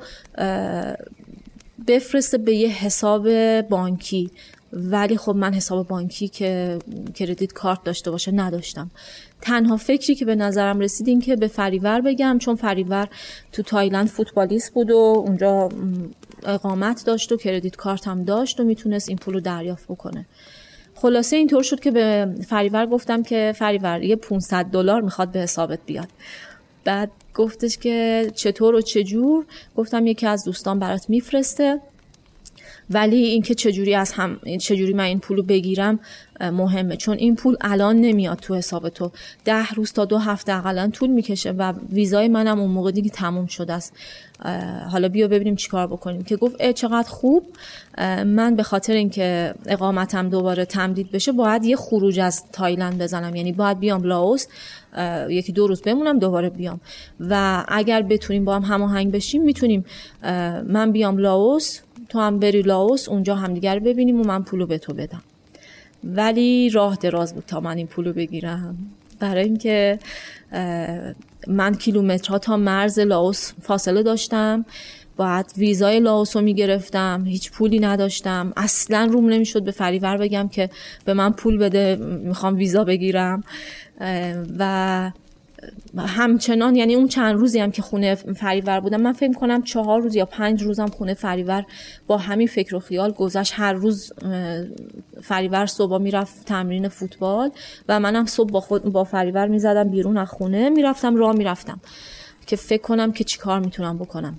بفرسته به یه حساب بانکی. ولی خب من حساب بانکی که کردیت کارت داشته باشه نداشتم. تنها فکری که به نظرم رسید این که به فریور بگم، چون فریور تو تایلند فوتبالیست بود و اونجا اقامت داشت و کردیت کارت هم داشت و میتونست این پول رو دریافت بکنه. خلاصه اینطور شد که به فریور گفتم که فریور یه پانصد دلار میخواد به حسابت بیاد. بعد گفتش که چطور و چجور؟ گفتم یکی از دوستان برات میفرسته، ولی اینکه چجوری از هم چجوری من این پولو بگیرم مهمه، چون این پول الان نمیاد تو حساب تو، ده روز تا دو هفته اقلا طول میکشه و ویزای منم اون موقع دیگه تموم شده است. حالا بیا ببینیم چیکار بکنیم. که گفت اه چقدر خوب، من به خاطر اینکه اقامتم دوباره تمدید بشه باید یه خروج از تایلند بزنم، یعنی باید بیام لاوس یکی دو روز بمونم دوباره بیام و اگر بتونیم با هم هماهنگ بشیم میتونیم من بیام لاوس، تو هم بری لاوس، اونجا همدیگر رو ببینیم و من پولو به تو بدم. ولی راه دراز بود تا من این پولو بگیرم، برای اینکه من کیلومترها تا مرز لاوس فاصله داشتم، باید ویزای لاوس رو میگرفتم، هیچ پولی نداشتم، اصلا روم نمیشد به فریور بگم که به من پول بده میخوام ویزا بگیرم. و همچنان یعنی اون چند روزی هم که خونه فریور بودم، من فکر کنم چهار روز یا پنج روزم خونه فریور با همین فکر و خیال گذشت. هر روز فریور صبح میرفت تمرین فوتبال و منم صبح با خود با فریور میزدم بیرون از خونه، میرفتم راه میرفتم که فکر کنم که چی کار میتونم بکنم.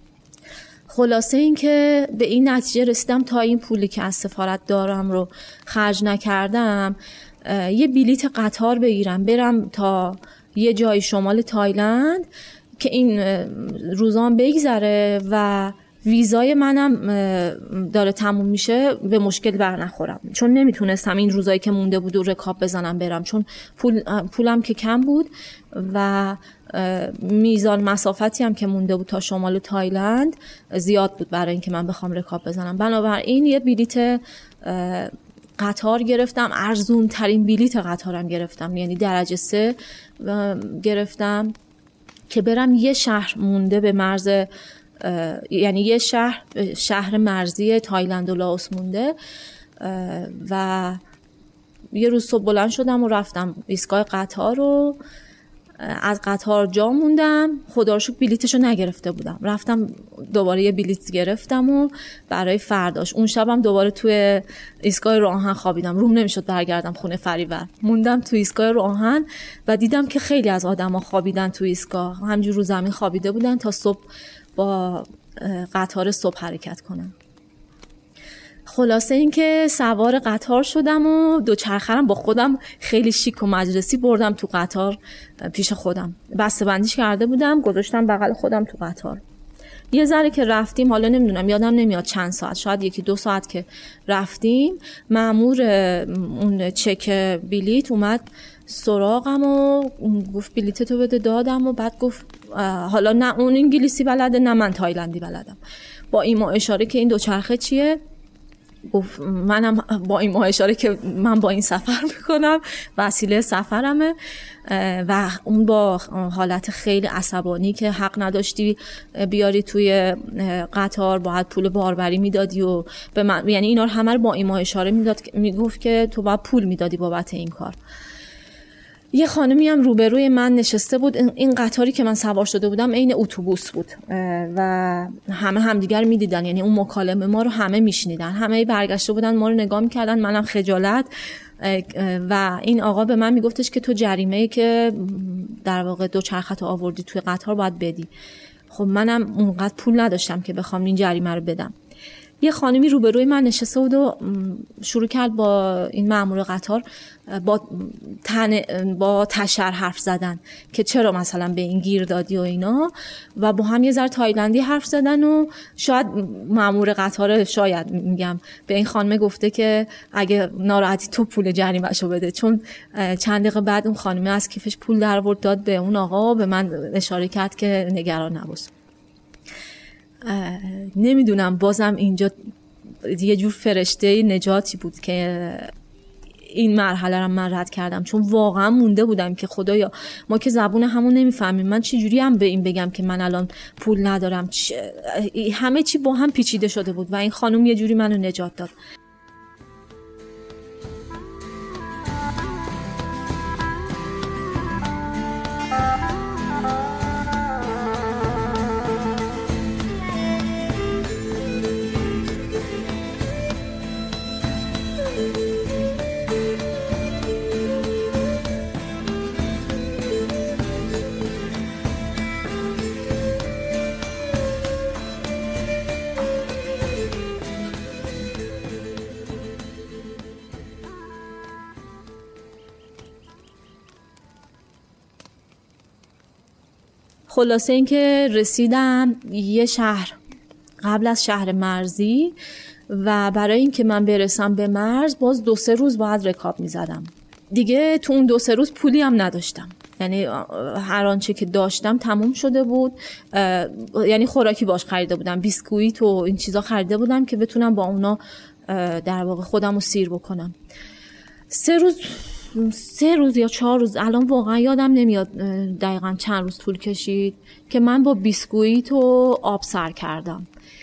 خلاصه این که به این نتیجه رسیدم تا این پولی که از سفارت دارم رو خرج نکردم، یه بلیت قطار بگیرم برم تا یه جای شمال تایلند که این روزان بگذره و ویزای منم داره تموم میشه به مشکل بر نخورم، چون نمیتونستم این روزایی که مونده بود و رکاب بزنم برم، چون پول پولم که کم بود و میزان مسافتی هم که مونده بود تا شمال تایلند زیاد بود برای اینکه من بخوام رکاب بزنم. بنابراین یه بلیت قطار گرفتم، ارزون ترین بلیت قطارم گرفتم، یعنی درجه سه گرفتم که برم یه شهر مونده به مرز، یعنی یه شهر شهر مرزی تایلند و لاوس مونده و یه روز صبح بلند شدم و رفتم ایستگاه قطار رو، از قطار جا موندم، خدا رو شکر بلیتشو نگرفته بودم، رفتم دوباره یه بلیت گرفتم و برای فرداش. اون شبم دوباره توی ایستگاه راهن خوابیدم، روم نمیشد برگردم خونه فریور، موندم توی ایستگاه راهن و دیدم که خیلی از آدما خوابیدن توی ایستگاه، همینجور رو زمین خوابیده بودن تا صبح با قطار صبح حرکت کنم. خلاصه این که سوار قطار شدم و دوچرخه‌ام با خودم خیلی شیک و مجلسی بردم تو قطار پیش خودم، بسته بندیش کرده بودم گذاشتم بغل خودم تو قطار. یه ذره که رفتیم، حالا نمیدونم یادم نمیاد چند ساعت، شاید یکی دو ساعت که رفتیم، مأمور اون چک بلیت اومد سراغم و گفت بلیتتو بده، دادم و بعد گفت حالا نه اون انگلیسی بلده نه من تایلندی بلدم، با ایما اشاره که این دوچرخه چیه، گفت منم با این ما اشاره که من با این سفر میکنم، وسیله سفرمه، و اون با حالت خیلی عصبانی که حق نداشتی بیاری توی قطار، باید پول باربری میدادی و به من، یعنی اینا رو همه رو با این ما اشاره میداد، میگفت که تو باید پول میدادی بابت این کار. یه خانمی هم روبروی من نشسته بود، این قطاری که من سوار شده بودم عین اتوبوس بود و همه همدیگر میدیدن، یعنی اون مکالمه ما رو همه میشنیدن، همه برگشته بودن ما رو نگاه میکردن، منم خجالت. و این آقا به من میگفتش که تو جریمه‌ای که در واقع دوچرخه‌تو آوردی توی قطار باید بدی. خب منم اونقدر پول نداشتم که بخوام این جریمه رو بدم. یه خانمی روبروی من نشسته بود و شروع کرد با این مأمور قطار با تن با تشر حرف زدن که چرا مثلا به این گیر دادی و اینا، و با هم یه ذره تایلندی حرف زدن و شاید مأمور قطار شاید میگم به این خانم گفته که اگه ناراحتی تو پول جریمه‌شو بده، چون چند دقیقه بعد اون خانم از کیفش پول در آورد داد به اون آقا، به من اشاره کرد که نگران نباش. نمیدونم، بازم اینجا یه جور فرشته نجاتی بود که این مرحله رو من رد کردم، چون واقعا مونده بودم که خدایا ما که زبون همون نمیفهمیم، من چه جوری هم به این بگم که من الان پول ندارم، همه چی با هم پیچیده شده بود و این خانم یه جوری منو نجات داد. خلاصه این که رسیدم یه شهر قبل از شهر مرزی و برای این که من برسم به مرز باز دو سه روز باید رکاب می زدم. دیگه تو اون دو سه روز پولی هم نداشتم، یعنی هر آنچه که داشتم تموم شده بود، یعنی خوراکی باش خریده بودم، بیسکویت و این چیزا خریده بودم که بتونم با اونا در واقع خودم رو سیر بکنم. سه روز سه روز یا چهار روز الان واقعا یادم نمیاد دقیقاً چند روز طول کشید که من با بیسکویت و آب سر کردم.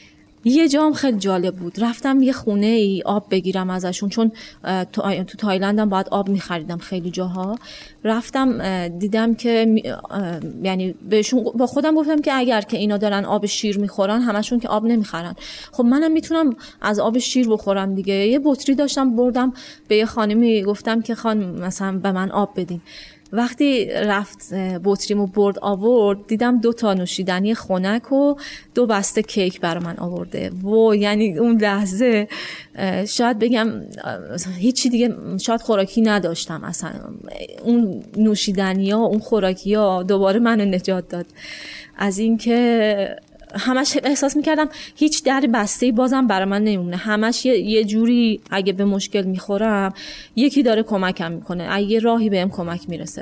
یه جام خیلی جالب بود، رفتم یه خونه ای آب بگیرم ازشون، چون تو تایلندم باید آب میخریدم خیلی جاها. رفتم دیدم که یعنی بهشون با خودم گفتم که اگر که اینا دارن آب شیر میخورن، همشون که آب نمیخرن، خب منم میتونم از آب شیر بخورم دیگه. یه بطری داشتم، بردم به یه خانمی گفتم که خانم مثلا به من آب بدین. وقتی رفت بطریمو برد آورد، دیدم دو تا نوشیدنی خنک و دو بسته کیک برای من آورده. و یعنی اون لحظه شاید بگم هیچی دیگه، شاید خوراکی نداشتم اصلا. اون نوشیدنی ها، اون خوراکی ها دوباره منو نجات داد از این که همش احساس میکردم هیچ در بسته‌ای بازم برای من نمیمونه. همش یه, یه جوری اگه به مشکل میخورم یکی داره کمکم میکنه، اگه راهی بهم کمک میرسه.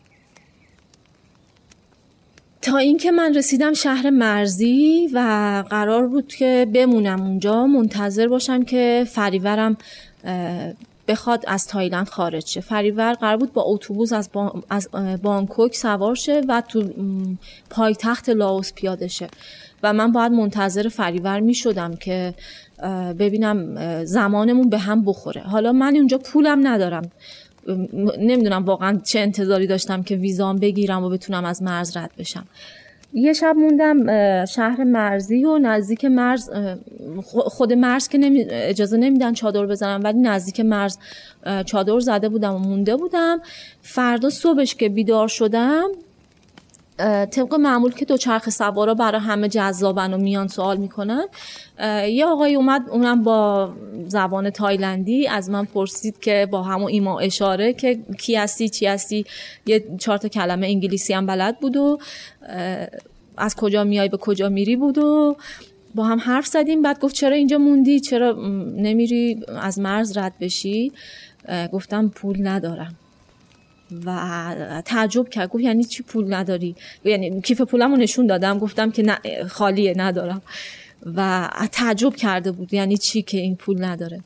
تا اینکه من رسیدم شهر مرزی و قرار بود که بمونم اونجا، منتظر باشم که فریورم بخواد از تایلند خارج شه. فریور قرار بود با اتوبوس از, با... از بانکوک سوار شه و تو پایتخت لاوس پیاده شه و من باید منتظر فریور می شدم که ببینم زمانمون به هم بخوره. حالا من اونجا پولم ندارم، نمیدونم واقعا چه انتظاری داشتم که ویزام بگیرم و بتونم از مرز رد بشم. یه شب موندم شهر مرزی و نزدیک مرز، خود مرز که نمی اجازه نمیدن چادر بزنم، ولی نزدیک مرز چادر زده بودم و مونده بودم. فردا صبحش که بیدار شدم، طبق معمول که دوچرخه سوارا برای همه جذابن و میان سوال میکنن، یه آقای اومد، اونم با زبان تایلندی از من پرسید که با همون ایما اشاره که کی هستی چی هستی، یه چهار تا کلمه انگلیسی هم بلد بود و از کجا میای به کجا میری بود و با هم حرف زدیم. بعد گفت چرا اینجا موندی، چرا نمیری از مرز رد بشی؟ گفتم پول ندارم و تعجب کرد، گفت یعنی چی پول نداری؟ یعنی کیف پولمو نشون دادم، گفتم که نه خالیه ندارم و تعجب کرده بود یعنی چی که این پول نداره.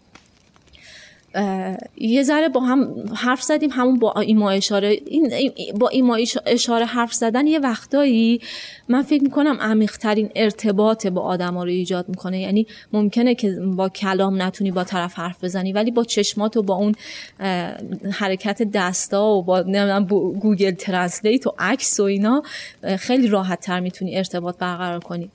یه ذره با هم حرف زدیم، همون با ایما اشاره. این با ایما اشاره حرف زدن یه وقتایی من فکر میکنم عمیق‌ترین ارتباط با آدما رو ایجاد میکنه. یعنی ممکنه که با کلام نتونی با طرف حرف بزنی، ولی با چشمات و با اون حرکت دستا و با نمیدونم گوگل ترنسلیت و عکس و اینا خیلی راحت تر میتونی ارتباط برقرار کنی.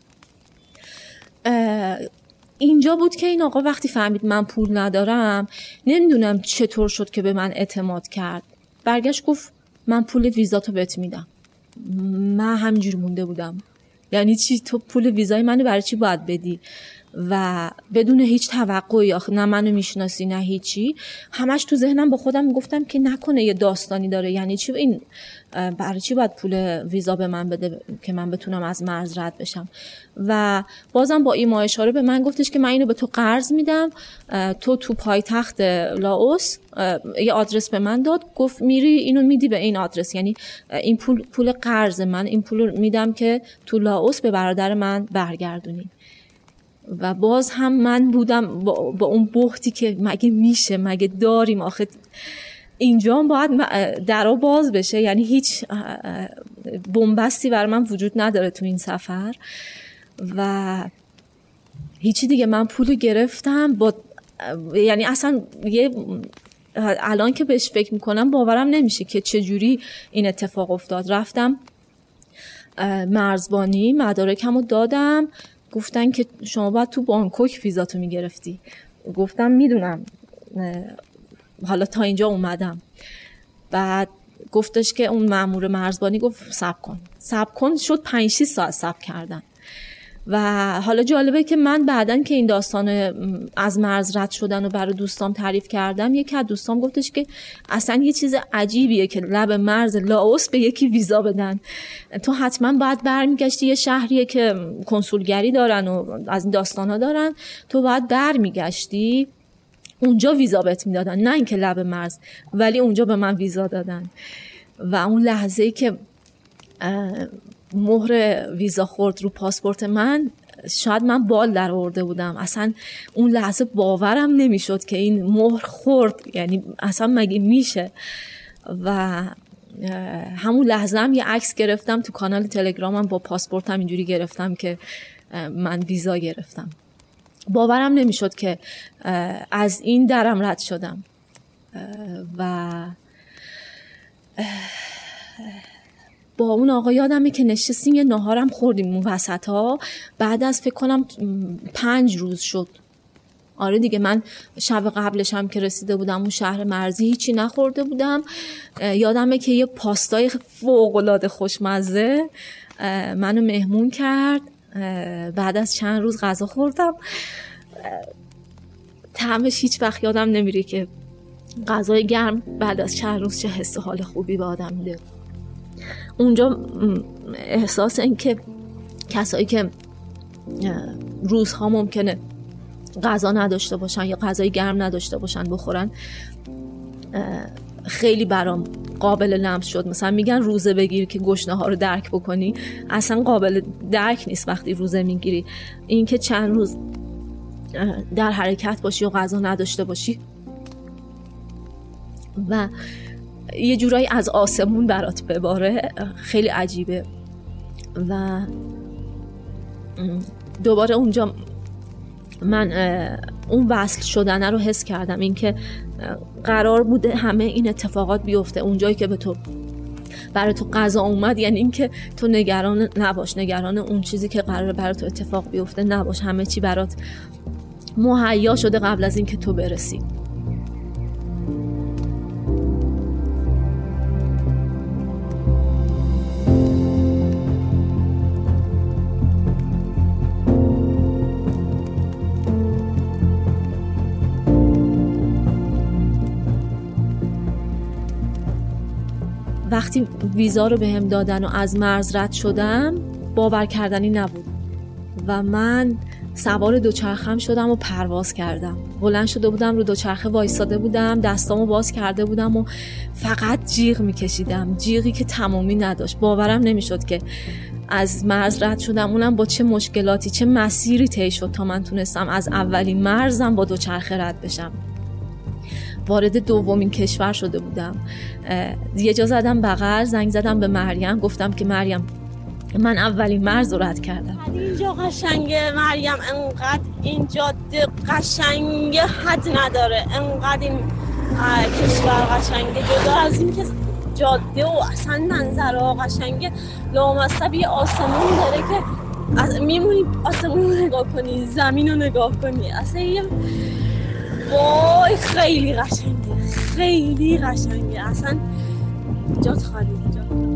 اینجا بود که این آقا وقتی فهمید من پول ندارم، نمیدونم چطور شد که به من اعتماد کرد. برگشت گفت من پول ویزاتو بهت میدم. من همینجوری مونده بودم، یعنی چی؟ تو پول ویزای منو برای چی باید بدی؟ و بدون هیچ توقعی، آخه نه منو میشناسی نه هیچی. همش تو ذهنم با خودم میگفتم که نکنه یه داستانی داره، یعنی چی این برای چی باید پول ویزا به من بده که من بتونم از مرز رد بشم؟ و بازم با ایما اشاره به من گفتش که من اینو به تو قرض میدم، تو تو پایتخت لاوس، یه آدرس به من داد، گفت میری اینو میدی به این آدرس، یعنی این پول پول قرض من، این پول رو میدم که تو لاوس به برادر من برگردونی. و باز هم من بودم با, با اون بحتی که مگه میشه، مگه داریم، آخه اینجا باید درا باز بشه، یعنی هیچ بنبستی بر من وجود نداره تو این سفر و هیچی دیگه. من پولو گرفتم با، یعنی اصلا یه الان که بهش فکر میکنم باورم نمیشه که چجوری این اتفاق افتاد. رفتم مرزبانی، مدارکمو دادم، گفتن که شما باید تو بانکوک ویزاتو میگرفتی. گفتم میدونم، حالا تا اینجا اومدم. بعد گفتش که اون مأمور مرزبانی گفت صبر کن صبر کن شد پنج شش ساعت صبر کردن. و حالا جالبه که من بعدن که این داستان از مرز رد شدن و برای دوستام تعریف کردم، یکی از دوستام گفتش که اصلا یه چیز عجیبیه که لب مرز لاوس به یکی ویزا بدن، تو حتما باید برمیگشتی، یه شهریه که کنسولگری دارن و از این داستانا دارن، تو باید برمیگشتی اونجا ویزا بهت میدادن، نه اینکه لب مرز. ولی اونجا به من ویزا دادن و اون لحظه‌ای که مهر ویزا خورد رو پاسپورت من، شاید من بال در آورده بودم. اصلا اون لحظه باورم نمیشد که این مهر خورد، یعنی اصلا مگه میشه. و همون لحظه هم یه عکس گرفتم تو کانال تلگرامم با پاسپورتم، اینجوری گرفتم که من ویزا گرفتم. باورم نمیشد که از این درم رد شدم و با اون آقا یادمه که نشستیم یه ناهارم خوردیم اون وسط ها. بعد از فکر کنم پنج روز شد. آره دیگه، من شب قبلش هم که رسیده بودم اون شهر مرزی هیچی نخورده بودم. یادمه که یه پاستای فوق‌العاده خوشمزه منو مهمون کرد. بعد از چند روز غذا خوردم. طعمش هیچ وقت یادم نمیره که غذای گرم بعد از چند روز چه حس و حال خوبی به آدم میده. اونجا احساس این که کسایی که روزها ممکنه غذا نداشته باشن یا غذای گرم نداشته باشن بخورن خیلی برام قابل لمس شد. مثلا میگن روزه بگیر که گشنه ها رو درک بکنی، اصلا قابل درک نیست وقتی روزه میگیری. این که چند روز در حرکت باشی و غذا نداشته باشی و یه جورایی از آسمون برات بباره خیلی عجیبه. و دوباره اونجا من اون وصل شدن رو حس کردم، این که قرار بوده همه این اتفاقات بیفته. اونجایی که به تو برای تو قضا اومد، یعنی این که تو نگران نباش، نگران اون چیزی که قراره برای تو اتفاق بیفته نباش. همه چی برات مهیا شده قبل از این که تو برسی. وقتی ویزا رو بهم دادن و از مرز رد شدم باور کردنی نبود و من سوار دوچرخم شدم و پرواز کردم. بلند شده بودم رو دوچرخه وایساده بودم، دستامو باز کرده بودم و فقط جیغ میکشیدم، جیغی که تمامی نداشت. باورم نمیشد که از مرز رد شدم، اونم با چه مشکلاتی، چه مسیری طی شد تا من تونستم از اولین مرزم با دوچرخه رد بشم. وارد دومین کشور شده بودم. یه جا زدم بغل، زنگ زدم به مریم، گفتم که مریم من اولین مرز رو رد کردم.
اینجا قشنگه مریم، انقدر این جاده قشنگه حد نداره، انقدر این کشور قشنگه. جدا از این که جاده و اصلا منظره قشنگه، لامصب یه آسمون داره که از میمونی آسمون رو نگاه کنی، زمین رو نگاه کنی، اصلا یه وای خیلی قشنگه، خیلی قشنگه، اصلا جات خالی جات خالی.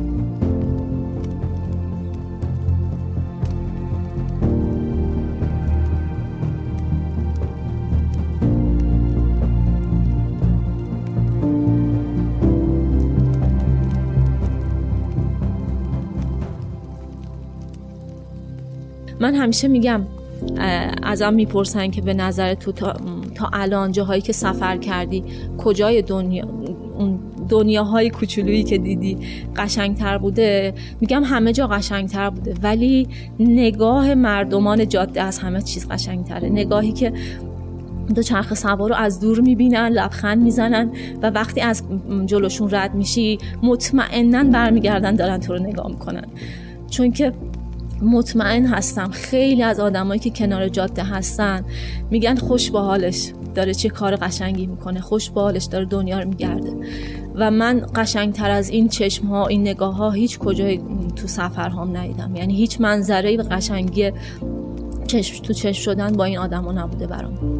من همیشه میگم، ازم میپرسن که به نظر تو تا, تا الان جاهایی که سفر کردی کجای دنیا، اون دنیاهای کوچولویی که دیدی قشنگتر بوده؟ میگم همه جا قشنگتر بوده، ولی نگاه مردمان جاده از همه چیز قشنگتره. نگاهی که دو چرخ سوار رو از دور میبینن، لبخند میزنن و وقتی از جلوشون رد میشی مطمئناً برمیگردن دارن تو رو نگاه میکنن. چون که مطمئن هستم خیلی از آدمایی که کنار جاده هستن میگن خوش به حالش داره چه کار قشنگی میکنه، خوش به حالش داره دنیا رو میگرده. و من قشنگتر از این چشم ها، این نگاه ها هیچ کجای تو سفرهام ندیدم. یعنی هیچ منظره به قشنگی چشم تو چشم شدن با این آدما نبوده برام.